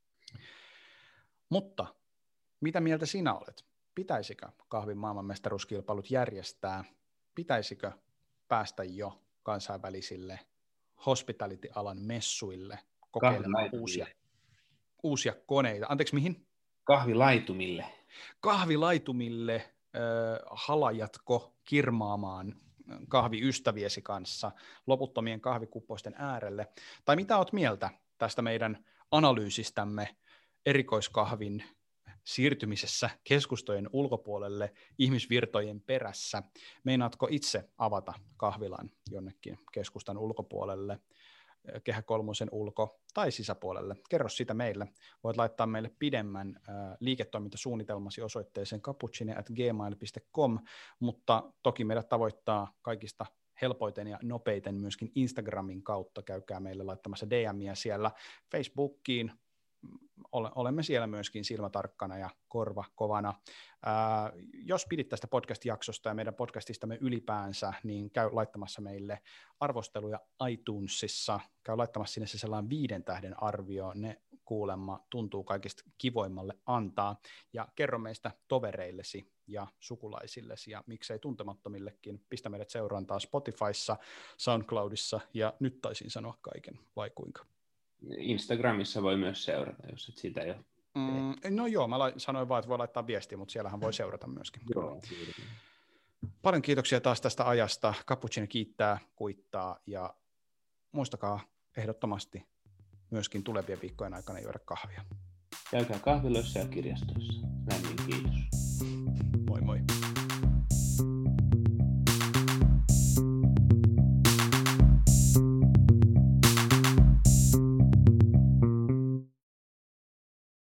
Mutta mitä mieltä sinä olet? Pitäisikö kahvin maailmanmestaruuskilpailut järjestää? Pitäisikö päästä jo kansainvälisille hospitality-alan messuille kokeilemaan uusia uusia koneita. Anteeksi, mihin? Kahvilaitumille. Kahvilaitumille äh, halajatko kirmaamaan kahviystäviesi kanssa loputtomien kahvikuppoisten äärelle. Tai mitä oot mieltä tästä meidän analyysistämme erikoiskahvin siirtymisessä keskustojen ulkopuolelle ihmisvirtojen perässä? Meinaatko itse avata kahvilan jonnekin keskustan ulkopuolelle, Kehä Kolmosen ulko- tai sisäpuolelle? Kerro sitä meille. Voit laittaa meille pidemmän äh, liiketoimintasuunnitelmasi osoitteeseen cappuccine at gmail dot com, mutta toki meidät tavoittaa kaikista helpoiten ja nopeiten myöskin Instagramin kautta. Käykää meille laittamassa D M:iä siellä. Facebookiin olemme siellä myöskin silmätarkkana ja korva kovana. Ää, jos pidit tästä podcast-jaksosta ja meidän podcastistamme ylipäänsä, niin käy laittamassa meille arvosteluja iTunesissa. Käy laittamassa sinne se sellainen viiden tähden arvio. Ne kuulemma tuntuu kaikista kivoimmalle antaa. Ja kerro meistä tovereillesi ja sukulaisillesi ja miksei tuntemattomillekin. Pistä meidät seurantaa Spotifyssa, SoundCloudissa ja nyt taisin sanoa kaiken, vai kuinka? Instagramissa voi myös seurata, jos et sitä jo mm, No joo, mä la- sanoin vaan, että voi laittaa viestiä, mutta siellähän voi seurata myöskin. Joo. Paljon kiitoksia taas tästä ajasta. Cappuccino kiittää, kuittaa ja muistakaa ehdottomasti myöskin tulevien viikkojen aikana juoda kahvia. Käykää kahviloissa ja kirjastoissa. Lämmin kiitos. Moi moi.